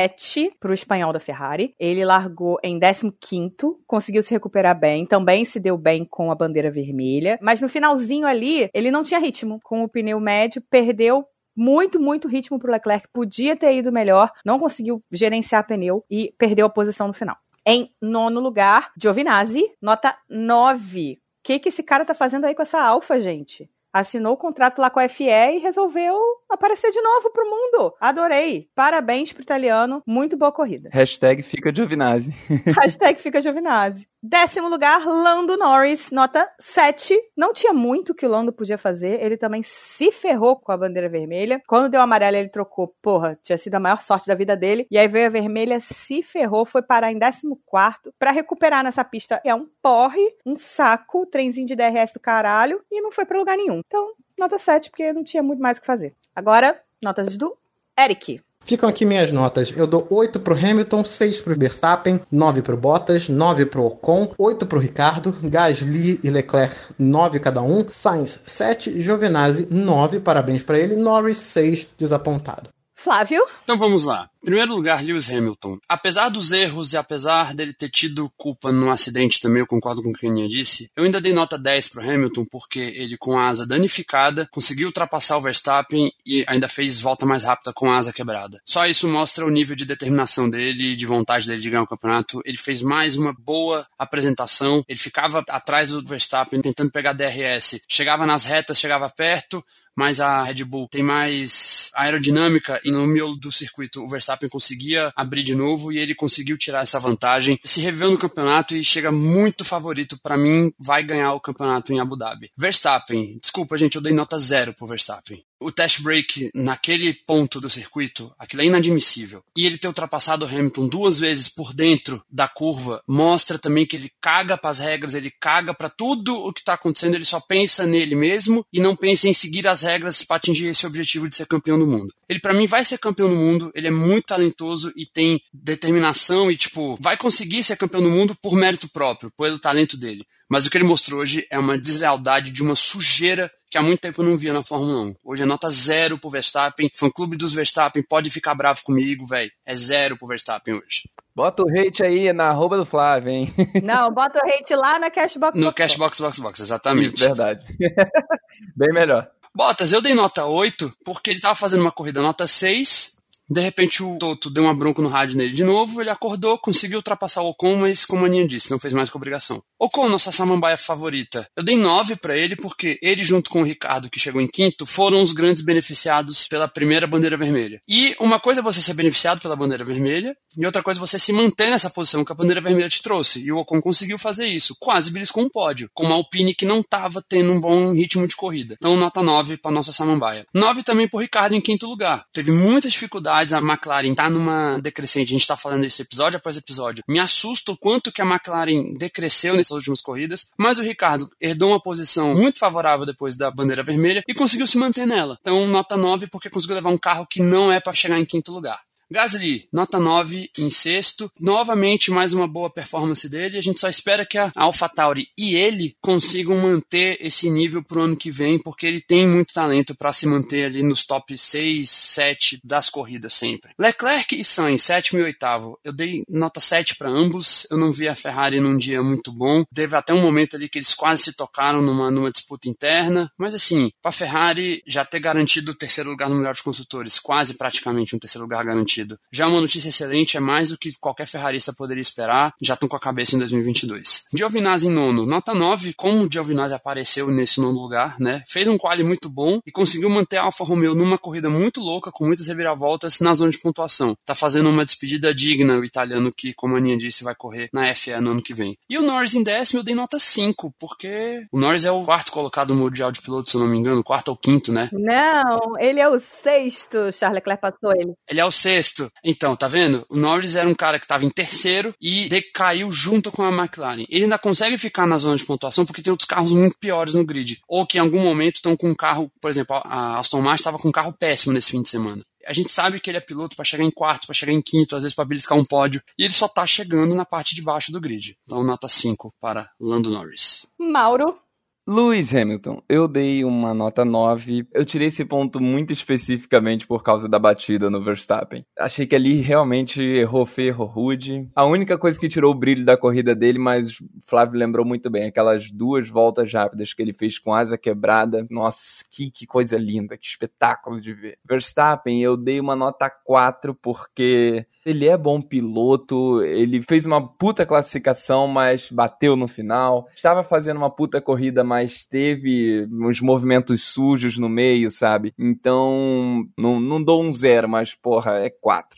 7 para o espanhol da Ferrari. Ele largou em 15º, conseguiu se recuperar bem, também se deu bem com a bandeira vermelha, mas no finalzinho ali, ele não tinha ritmo. Com o pneu médio, perdeu muito ritmo pro Leclerc, podia ter ido melhor, não conseguiu gerenciar pneu e perdeu a posição no final. Em 9º lugar, Giovinazzi, nota 9. O que esse cara tá fazendo aí com essa Alfa, gente? Assinou o contrato lá com a FE e resolveu aparecer de novo pro mundo. Adorei. Parabéns pro italiano. Muito boa corrida. Fica Giovinazzi. Fica Giovinazzi. 10º lugar, Lando Norris, nota 7. Não tinha muito que o Lando podia fazer. Ele também se ferrou com a bandeira vermelha. Quando deu amarela, ele trocou. Porra, tinha sido a maior sorte da vida dele. E aí veio a vermelha, se ferrou, foi parar em 14º. Pra recuperar nessa pista é um porre, um saco, trenzinho de DRS do caralho. E não foi pra lugar nenhum. Então, nota 7, porque não tinha muito mais o que fazer. Agora, notas do Eric. Ficam aqui minhas notas. Eu dou 8 pro Hamilton, 6 pro Verstappen, 9 pro Bottas, 9 pro Ocon, 8 pro Ricardo, Gasly e Leclerc, 9 cada um, Sainz, 7, Giovinazzi, 9, parabéns pra ele, Norris, 6, desapontado. Flávio? Então vamos lá. Em primeiro lugar, Lewis Hamilton. Apesar dos erros e apesar dele ter tido culpa no acidente também, eu concordo com o que a Aninha disse, eu ainda dei nota 10 pro Hamilton porque ele, com a asa danificada, conseguiu ultrapassar o Verstappen e ainda fez volta mais rápida com a asa quebrada. Só isso mostra o nível de determinação dele e de vontade dele de ganhar o campeonato. Ele fez mais uma boa apresentação. Ele ficava atrás do Verstappen tentando pegar DRS. Chegava nas retas, chegava perto, mas a Red Bull tem mais aerodinâmica e no miolo do circuito o Verstappen conseguia abrir de novo e ele conseguiu tirar essa vantagem. Se reviveu no campeonato e chega muito favorito. Pra mim, vai ganhar o campeonato em Abu Dhabi. Verstappen, desculpa gente, eu dei nota 0 pro Verstappen. O test break naquele ponto do circuito, aquilo é inadmissível. E ele ter ultrapassado o Hamilton 2 vezes por dentro da curva mostra também que ele caga pras regras, ele caga pra tudo o que tá acontecendo, ele só pensa nele mesmo e não pensa em seguir as regras para atingir esse objetivo de ser campeão do mundo. Ele pra mim vai ser campeão do mundo, ele é muito talentoso e tem determinação e vai conseguir ser campeão do mundo por mérito próprio, pelo talento dele. Mas o que ele mostrou hoje é uma deslealdade de uma sujeira que há muito tempo eu não via na Fórmula 1. Hoje é nota 0 pro Verstappen. Fã-clube dos Verstappen pode ficar bravo comigo, velho. É 0 pro Verstappen hoje. Bota o hate aí na arroba do Flávio, hein? Não, bota o hate lá na Cashbox. No Cashbox, exatamente. Isso, verdade. Bem melhor. Bottas, eu dei nota 8 porque ele tava fazendo uma corrida nota 6. De repente o Toto deu uma bronca no rádio nele de novo, ele acordou, conseguiu ultrapassar o Ocon, mas como a Aninha disse, não fez mais com obrigação. Ocon, nossa samambaia favorita. Eu dei 9 pra ele porque ele junto com o Ricardo, que chegou em quinto, foram os grandes beneficiados pela primeira bandeira vermelha. E uma coisa é você ser beneficiado pela bandeira vermelha, e outra coisa é você se manter nessa posição que a bandeira vermelha te trouxe. E o Ocon conseguiu fazer isso, quase beliscou um pódio, com uma Alpine que não estava tendo um bom ritmo de corrida. Então nota 9 pra nossa samambaia. 9 também pro Ricardo em quinto lugar. Teve muitas dificuldades, a McLaren tá numa decrescente, a gente tá falando isso episódio após episódio. Me assusta o quanto que a McLaren decresceu nessas últimas corridas, mas o Ricardo herdou uma posição muito favorável depois da bandeira vermelha e conseguiu se manter nela. Então nota 9 porque conseguiu levar um carro que não é para chegar em quinto lugar. Gasly, nota 9 em sexto. Novamente, mais uma boa performance dele. A gente só espera que a AlphaTauri e ele consigam manter esse nível pro ano que vem, porque ele tem muito talento para se manter ali nos top 6, 7 das corridas sempre. Leclerc e Sainz, sétimo e oitavo. Eu dei nota 7 para ambos. Eu não vi a Ferrari num dia muito bom. Teve até um momento ali que eles quase se tocaram numa disputa interna. Mas assim, pra Ferrari já ter garantido o terceiro lugar no Mundial de Construtores, quase praticamente um terceiro lugar garantido. Já uma notícia excelente, é mais do que qualquer ferrarista poderia esperar, já estão com a cabeça em 2022. Giovinazzi em nono, nota 9, como o Giovinazzi apareceu nesse nono lugar, né? Fez um quali muito bom e conseguiu manter a Alfa Romeo numa corrida muito louca, com muitas reviravoltas na zona de pontuação. Tá fazendo uma despedida digna, o italiano que, como a Aninha disse, vai correr na FE no ano que vem. E o Norris em décimo eu dei nota 5, porque o Norris é o quarto colocado no Mundial de Pilotos, se eu não me engano, quarto ou quinto, né? Não, ele é o sexto, Charles Leclerc passou ele. Ele é o sexto. Então, tá vendo? O Norris era um cara que estava em terceiro e decaiu junto com a McLaren. Ele ainda consegue ficar na zona de pontuação porque tem outros carros muito piores no grid. Ou que em algum momento estão com um carro, por exemplo, a Aston Martin estava com um carro péssimo nesse fim de semana. A gente sabe que ele é piloto para chegar em quarto, para chegar em quinto, às vezes para beliscar um pódio. E ele só tá chegando na parte de baixo do grid. Então, nota 5 para Lando Norris. Mauro? Lewis Hamilton, eu dei uma nota 9. Eu tirei esse ponto muito especificamente por causa da batida no Verstappen. Achei que ali realmente errou feio, errou rude. A única coisa que tirou o brilho da corrida dele, mas o Flávio lembrou muito bem, aquelas 2 voltas rápidas que ele fez com asa quebrada. Nossa, que coisa linda, que espetáculo de ver. Verstappen, eu dei uma nota 4 porque ele é bom piloto, ele fez uma puta classificação, mas bateu no final. Estava fazendo uma puta corrida, mas teve uns movimentos sujos no meio, sabe? Então, não dou um 0, mas, porra, é 4.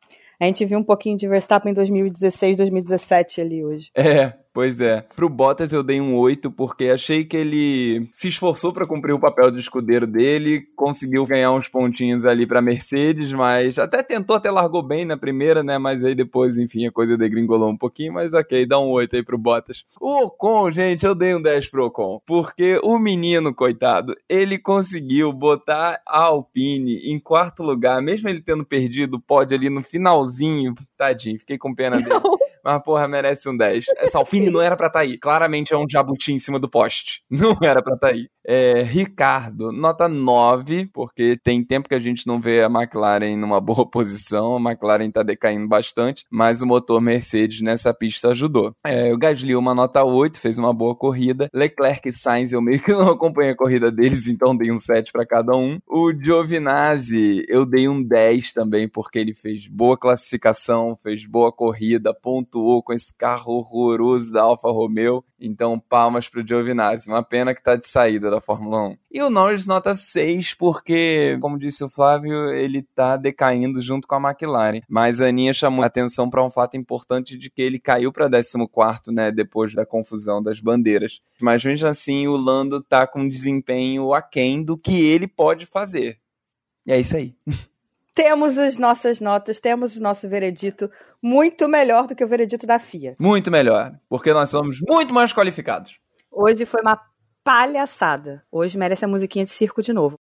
A gente viu um pouquinho de Verstappen em 2016, 2017 ali hoje. Pois é. Pro Bottas eu dei um 8, porque achei que ele se esforçou pra cumprir o papel de escudeiro dele, conseguiu ganhar uns pontinhos ali pra Mercedes, mas até largou bem na primeira, né, mas aí depois, enfim, a coisa degringolou um pouquinho, mas ok, dá um 8 aí pro Bottas. O Ocon, gente, eu dei um 10 pro Ocon, porque o menino, coitado, ele conseguiu botar a Alpine em 4º lugar, mesmo ele tendo perdido o pódio ali no finalzinho, tadinho, fiquei com pena dele. Mas, porra, merece um 10. Essa Alpine não era pra estar aí. Claramente é um jabuti em cima do poste. Não era pra estar aí. Ricardo, nota 9, porque tem tempo que a gente não vê a McLaren numa boa posição. A McLaren tá decaindo bastante, mas o motor Mercedes nessa pista ajudou. O Gasly, uma nota 8, fez uma boa corrida. Leclerc e Sainz, eu meio que não acompanhei a corrida deles, então dei um 7 pra cada um. O Giovinazzi, eu dei um 10 também, porque ele fez boa classificação, fez boa corrida, pontuou com esse carro horroroso da Alfa Romeo. Então, palmas pro Giovinazzi. Uma pena que tá de saída da Fórmula 1. E o Norris nota 6, porque, como disse o Flávio, ele tá decaindo junto com a McLaren. Mas a Aninha chamou a atenção para um fato importante de que ele caiu para 14º, né, depois da confusão das bandeiras. Mas mesmo assim, o Lando tá com um desempenho aquém do que ele pode fazer. E é isso aí. Temos as nossas notas, temos o nosso veredito muito melhor do que o veredito da FIA. Muito melhor, porque nós somos muito mais qualificados. Hoje foi uma palhaçada. Hoje merece a musiquinha de circo de novo.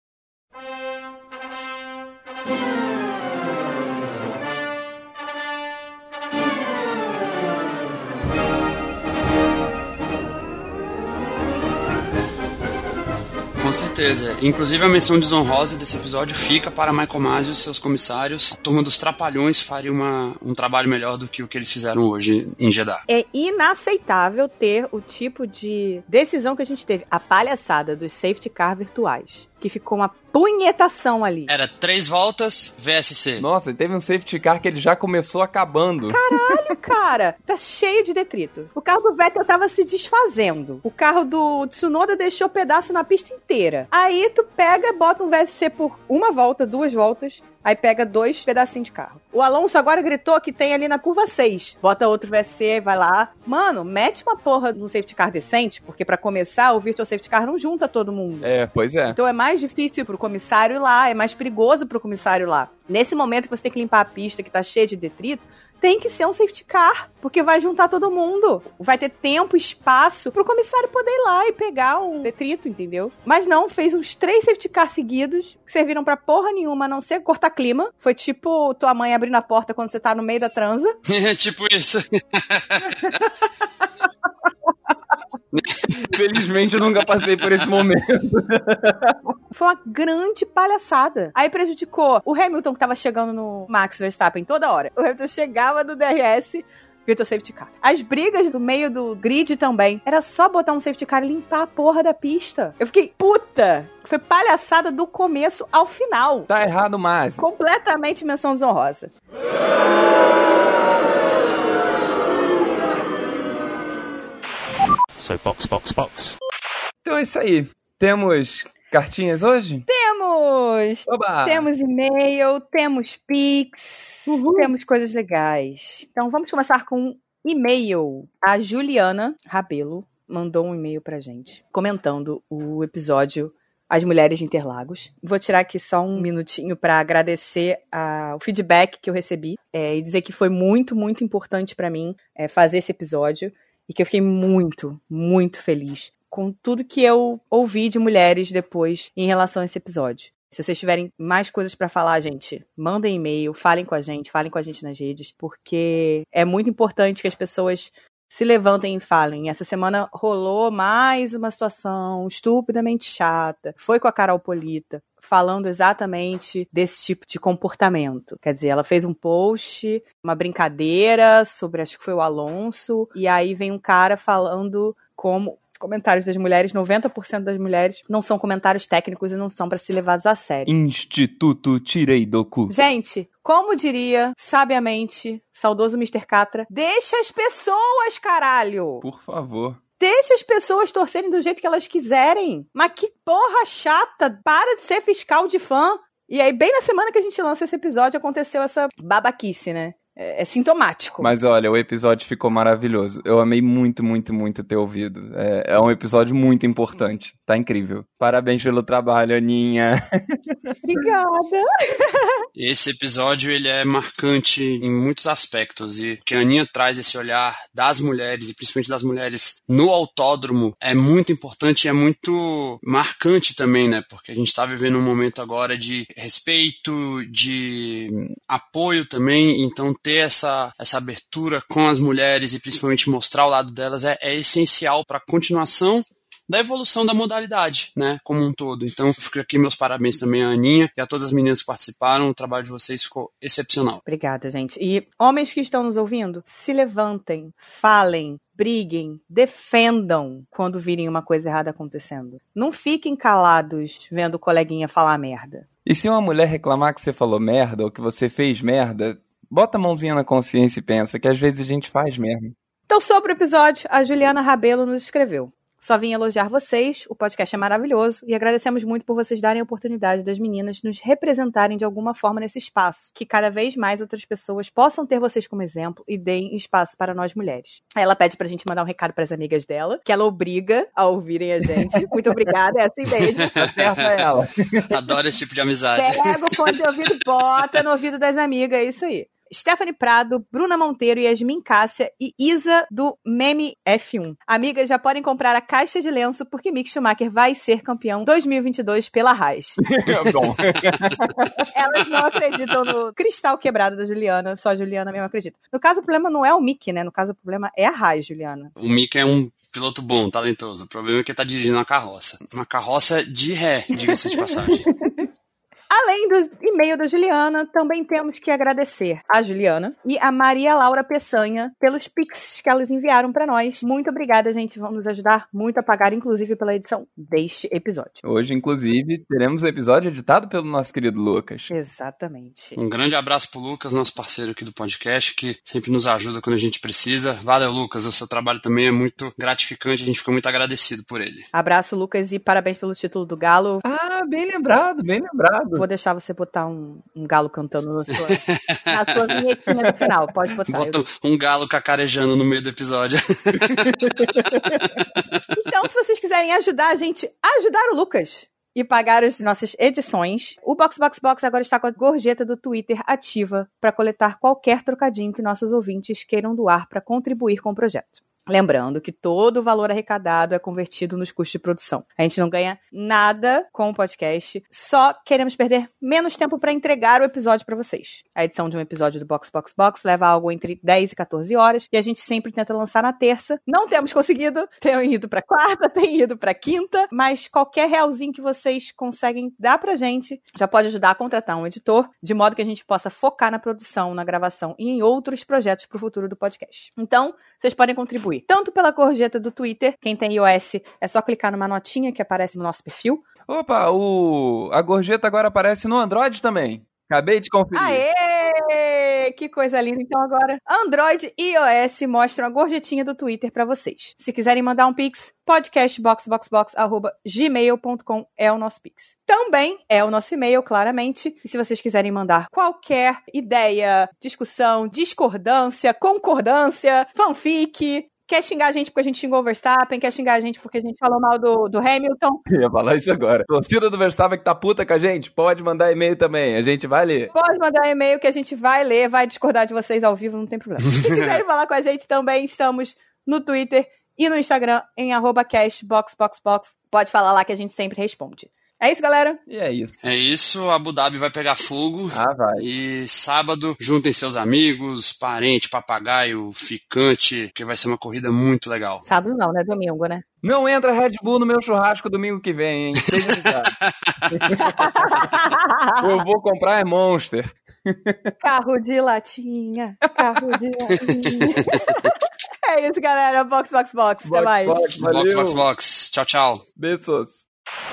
Com certeza. Inclusive a menção desonrosa desse episódio fica para Michael Masi e seus comissários. A turma dos Trapalhões faria um trabalho melhor do que o que eles fizeram hoje em Jeddah. É inaceitável ter o tipo de decisão que a gente teve. A palhaçada dos safety car virtuais. Que ficou uma punhetação ali. Era 3 voltas, VSC. Nossa, teve um safety car que ele já começou acabando. Caralho, cara. Tá cheio de detrito. O carro do Vettel tava se desfazendo. O carro do Tsunoda deixou pedaço na pista inteira. Aí tu pega, bota um VSC por 1 volta, 2 voltas. Aí pega 2 pedacinhos de carro. O Alonso agora gritou que tem ali na curva 6. Bota outro VSC, vai lá. Mano, mete uma porra num safety car decente, porque pra começar, o Virtual Safety Car não junta todo mundo. Pois é. Então é mais difícil pro comissário ir lá, é mais perigoso pro comissário ir lá. Nesse momento que você tem que limpar a pista, que tá cheia de detrito, tem que ser um safety car, porque vai juntar todo mundo. Vai ter tempo, espaço pro comissário poder ir lá e pegar um detrito, entendeu? Mas não, fez uns 3 safety car seguidos, que serviram pra porra nenhuma, a não ser cortar clima. Foi tipo tua mãe abrindo a porta quando você tá no meio da transa. Tipo isso. Felizmente eu nunca passei por esse momento. Foi uma grande palhaçada. Aí prejudicou o Hamilton, que tava chegando no Max Verstappen toda hora. O Hamilton chegava do DRS, Virtual Safety Car. As brigas do meio do grid também. Era só botar um safety car e limpar a porra da pista. Eu fiquei puta. Foi palhaçada do começo ao final. Tá errado, mas completamente menção desonrosa. So box. Então é isso aí. Temos cartinhas hoje? Temos! Oba! Temos e-mail, temos Pix, temos coisas legais. Então vamos começar com um e-mail. A Juliana Rabelo mandou um e-mail pra gente, comentando o episódio As Mulheres de Interlagos. Vou tirar aqui só um minutinho para agradecer o feedback que eu recebi e dizer que foi muito, muito importante para mim fazer esse episódio. E que eu fiquei muito, muito feliz com tudo que eu ouvi de mulheres depois em relação a esse episódio. Se vocês tiverem mais coisas pra falar, gente, mandem e-mail, falem com a gente nas redes, porque é muito importante que as pessoas se levantem e falem. Essa semana rolou mais uma situação estupidamente chata. Foi com a Carol Polita, falando exatamente desse tipo de comportamento. Quer dizer, ela fez um post, uma brincadeira sobre, acho que foi o Alonso, e aí vem um cara falando como comentários das mulheres, 90% das mulheres não são comentários técnicos e não são pra se levados a sério. Instituto Tirei do Cu. Gente, como diria sabiamente saudoso Mr. Catra, deixa as pessoas, caralho! Por favor. Deixa as pessoas torcerem do jeito que elas quiserem. Mas que porra chata! Para de ser fiscal de fã. E aí, bem na semana que a gente lança esse episódio, aconteceu essa babaquice, né? É sintomático. Mas olha, o episódio ficou maravilhoso. Eu amei muito, muito, muito ter ouvido. É um episódio muito importante. Tá incrível. Parabéns pelo trabalho, Aninha. Obrigada. Esse episódio, ele é marcante em muitos aspectos. E que a Aninha traz esse olhar das mulheres, e principalmente das mulheres no autódromo, é muito importante e é muito marcante também, né? Porque a gente tá vivendo um momento agora de respeito, de apoio também. Então, ter essa abertura com as mulheres e principalmente mostrar o lado delas é essencial para a continuação da evolução da modalidade, né, como um todo. Então, fico aqui meus parabéns também à Aninha e a todas as meninas que participaram. O trabalho de vocês ficou excepcional. Obrigada, gente. E homens que estão nos ouvindo, se levantem, falem, briguem, defendam quando virem uma coisa errada acontecendo. Não fiquem calados vendo o coleguinha falar merda. E se uma mulher reclamar que você falou merda ou que você fez merda, bota a mãozinha na consciência e pensa que às vezes a gente faz merda. Então, sobre o episódio, a Juliana Rabelo nos escreveu: só vim elogiar vocês, o podcast é maravilhoso e agradecemos muito por vocês darem a oportunidade das meninas nos representarem de alguma forma nesse espaço, que cada vez mais outras pessoas possam ter vocês como exemplo e deem espaço para nós mulheres. Ela pede pra gente mandar um recado pras amigas dela, que ela obriga a ouvirem a gente. Muito obrigada, é assim mesmo. Acerta ela. Adoro esse tipo de amizade. Pega o fone de ouvido, bota no ouvido das amigas, é isso aí. Stephanie Prado, Bruna Monteiro, Yasmin Cássia e Isa do Meme F1. Amigas, já podem comprar a caixa de lenço porque Mick Schumacher vai ser campeão 2022 pela Haas. Bom. Elas não acreditam no cristal quebrado da Juliana, só a Juliana mesmo acredita. No caso, o problema não é o Mick, né? No caso, o problema é a Haas, Juliana. O Mick é um piloto bom, talentoso. O problema é que ele tá dirigindo uma carroça. Uma carroça de ré, diga-se de passagem. Além do e-mail da Juliana, também temos que agradecer a Juliana e a Maria Laura Peçanha pelos pics que elas enviaram para nós. Muito obrigada, gente. Vão nos ajudar muito a pagar, inclusive, pela edição deste episódio. Hoje, inclusive, teremos um episódio editado pelo nosso querido Lucas. Exatamente. Um grande abraço pro Lucas, nosso parceiro aqui do podcast, que sempre nos ajuda quando a gente precisa. Valeu, Lucas. O seu trabalho também é muito gratificante. A gente fica muito agradecido por ele. Abraço, Lucas, e parabéns pelo título do Galo. Ah, bem lembrado, bem lembrado. Vou deixar você botar um galo cantando na sua vinhetinha no final. Pode botar. Bota um galo cacarejando no meio do episódio. Então, se vocês quiserem ajudar a gente a ajudar o Lucas e pagar as nossas edições, o Box agora está com a gorjeta do Twitter ativa para coletar qualquer trocadinho que nossos ouvintes queiram doar para contribuir com o projeto. Lembrando que todo o valor arrecadado é convertido nos custos de produção. A gente não ganha nada com o podcast, só queremos perder menos tempo para entregar o episódio para vocês. A edição de um episódio do Box leva algo entre 10 e 14 horas e a gente sempre tenta lançar na terça. Não temos conseguido, tem ido para quarta, tem ido para quinta, mas qualquer realzinho que vocês conseguem dar pra gente já pode ajudar a contratar um editor, de modo que a gente possa focar na produção, na gravação e em outros projetos para o futuro do podcast. Então, vocês podem contribuir tanto pela gorjeta do Twitter, quem tem iOS é só clicar numa notinha que aparece no nosso perfil. Opa, a gorjeta agora aparece no Android também. Acabei de conferir. Aê! Que coisa linda. Então agora, Android e iOS mostram a gorjetinha do Twitter pra vocês. Se quiserem mandar um pix, podcastboxboxbox@gmail.com é o nosso pix. Também é o nosso e-mail, claramente. E se vocês quiserem mandar qualquer ideia, discussão, discordância, concordância, fanfic, quer xingar a gente porque a gente xingou o Verstappen, quer xingar a gente porque a gente falou mal do Hamilton. Eu ia falar isso agora. Torcida do Verstappen que tá puta com a gente, pode mandar e-mail também, a gente vai ler. Pode mandar e-mail que a gente vai ler, vai discordar de vocês ao vivo, não tem problema. Se quiserem falar com a gente também, estamos no Twitter e no Instagram em @cashboxboxbox. Pode falar lá que a gente sempre responde. É isso, galera? E é isso. É isso, Abu Dhabi vai pegar fogo. Vai. E sábado, juntem seus amigos, parente, papagaio, ficante, que vai ser uma corrida muito legal. Sábado não, né? Domingo, né? Não entra Red Bull no meu churrasco domingo que vem, hein? Seja ligado. Eu vou comprar é Monster. Carro de latinha. É isso, galera. Box. Até mais. Box. Tchau. Beijos.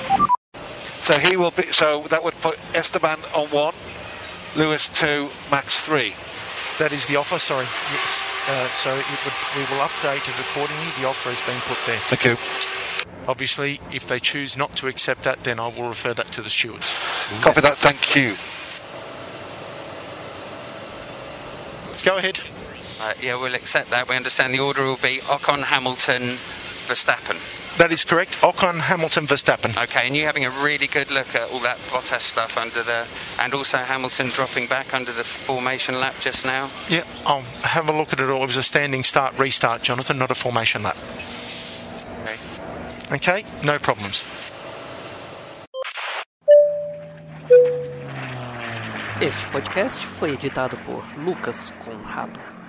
So that would put Esteban on 1, Lewis 2, Max 3. That is the offer, sorry. Yes. We will update it accordingly. The offer has been put there. Thank you. Obviously, if they choose not to accept that, then I will refer that to the stewards. Copy that, thank you. Go ahead. Yeah, we'll accept that. We understand the order will be Ocon, Hamilton, Verstappen. That is correct. Ocon, Hamilton, Verstappen. Okay, and you having a really good look at all that Bottas stuff and also Hamilton dropping back under the formation lap just now? Yeah, I'll have a look at it all. It was a standing start, restart, Jonathan, not a formation lap. Okay, no problems. Este podcast foi editado por Lucas Conrado.